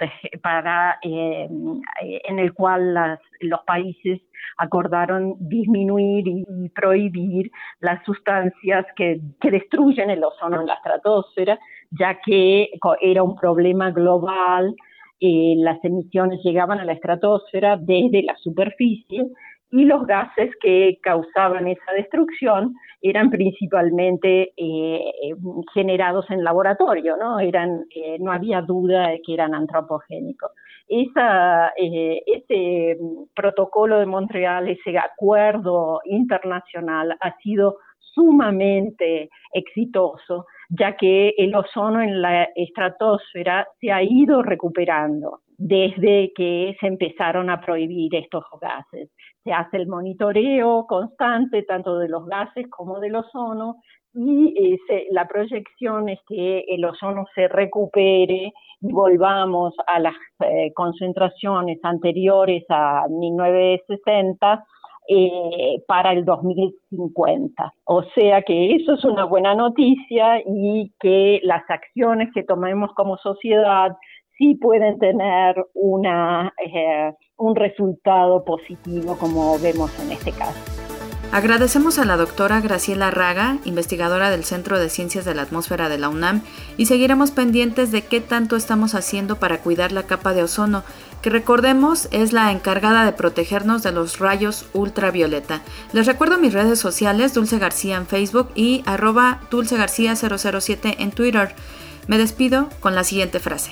en el cual los países acordaron disminuir y prohibir las sustancias que destruyen el ozono en la estratosfera, ya que era un problema global. Las emisiones llegaban a la estratosfera desde la superficie y los gases que causaban esa destrucción eran principalmente generados en laboratorio, ¿no? No había duda de que eran antropogénicos. Ese protocolo de Montreal, ese acuerdo internacional ha sido sumamente exitoso, ya que el ozono en la estratosfera se ha ido recuperando desde que se empezaron a prohibir estos gases. Se hace el monitoreo constante tanto de los gases como del ozono y la proyección es que el ozono se recupere y volvamos a las concentraciones anteriores a 1960 para el 2050. O sea que eso es una buena noticia y que las acciones que tomemos como sociedad sí pueden tener un resultado positivo como vemos en este caso. Agradecemos a la doctora Graciela Raga, investigadora del Centro de Ciencias de la Atmósfera de la UNAM, y seguiremos pendientes de qué tanto estamos haciendo para cuidar la capa de ozono, que recordemos es la encargada de protegernos de los rayos ultravioleta. Les recuerdo mis redes sociales, Dulce García en Facebook y @DulceGarcía007 en Twitter. Me despido con la siguiente frase.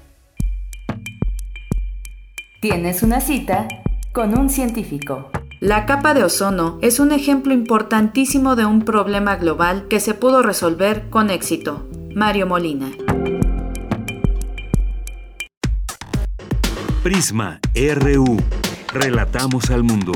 Tienes una cita con un científico. La capa de ozono es un ejemplo importantísimo de un problema global que se pudo resolver con éxito. Mario Molina. Prisma RU. Relatamos al mundo.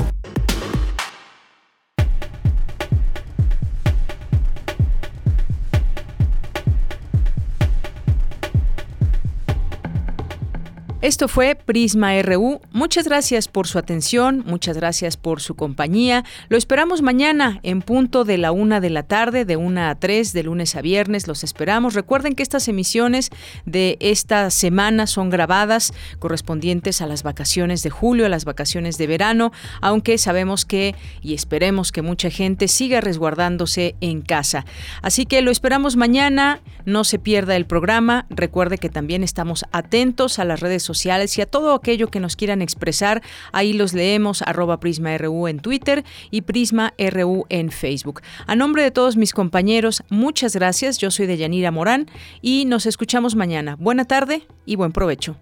Esto fue Prisma RU. Muchas gracias por su atención, muchas gracias por su compañía. Lo esperamos mañana en punto de la 1 de la tarde, de 1 a 3, de lunes a viernes. Los esperamos. Recuerden que estas emisiones de esta semana son grabadas, correspondientes a las vacaciones de julio, a las vacaciones de verano, aunque sabemos que y esperemos que mucha gente siga resguardándose en casa. Así que lo esperamos mañana. No se pierda el programa. Recuerde que también estamos atentos a las redes sociales y a todo aquello que nos quieran expresar. Ahí los leemos, @PrismaRU en Twitter y Prisma RU en Facebook. A nombre de todos mis compañeros, muchas gracias. Yo soy Deyanira Morán y nos escuchamos mañana. Buena tarde y buen provecho.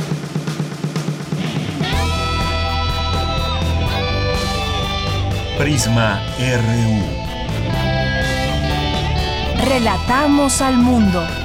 Prisma RU. Relatamos al mundo.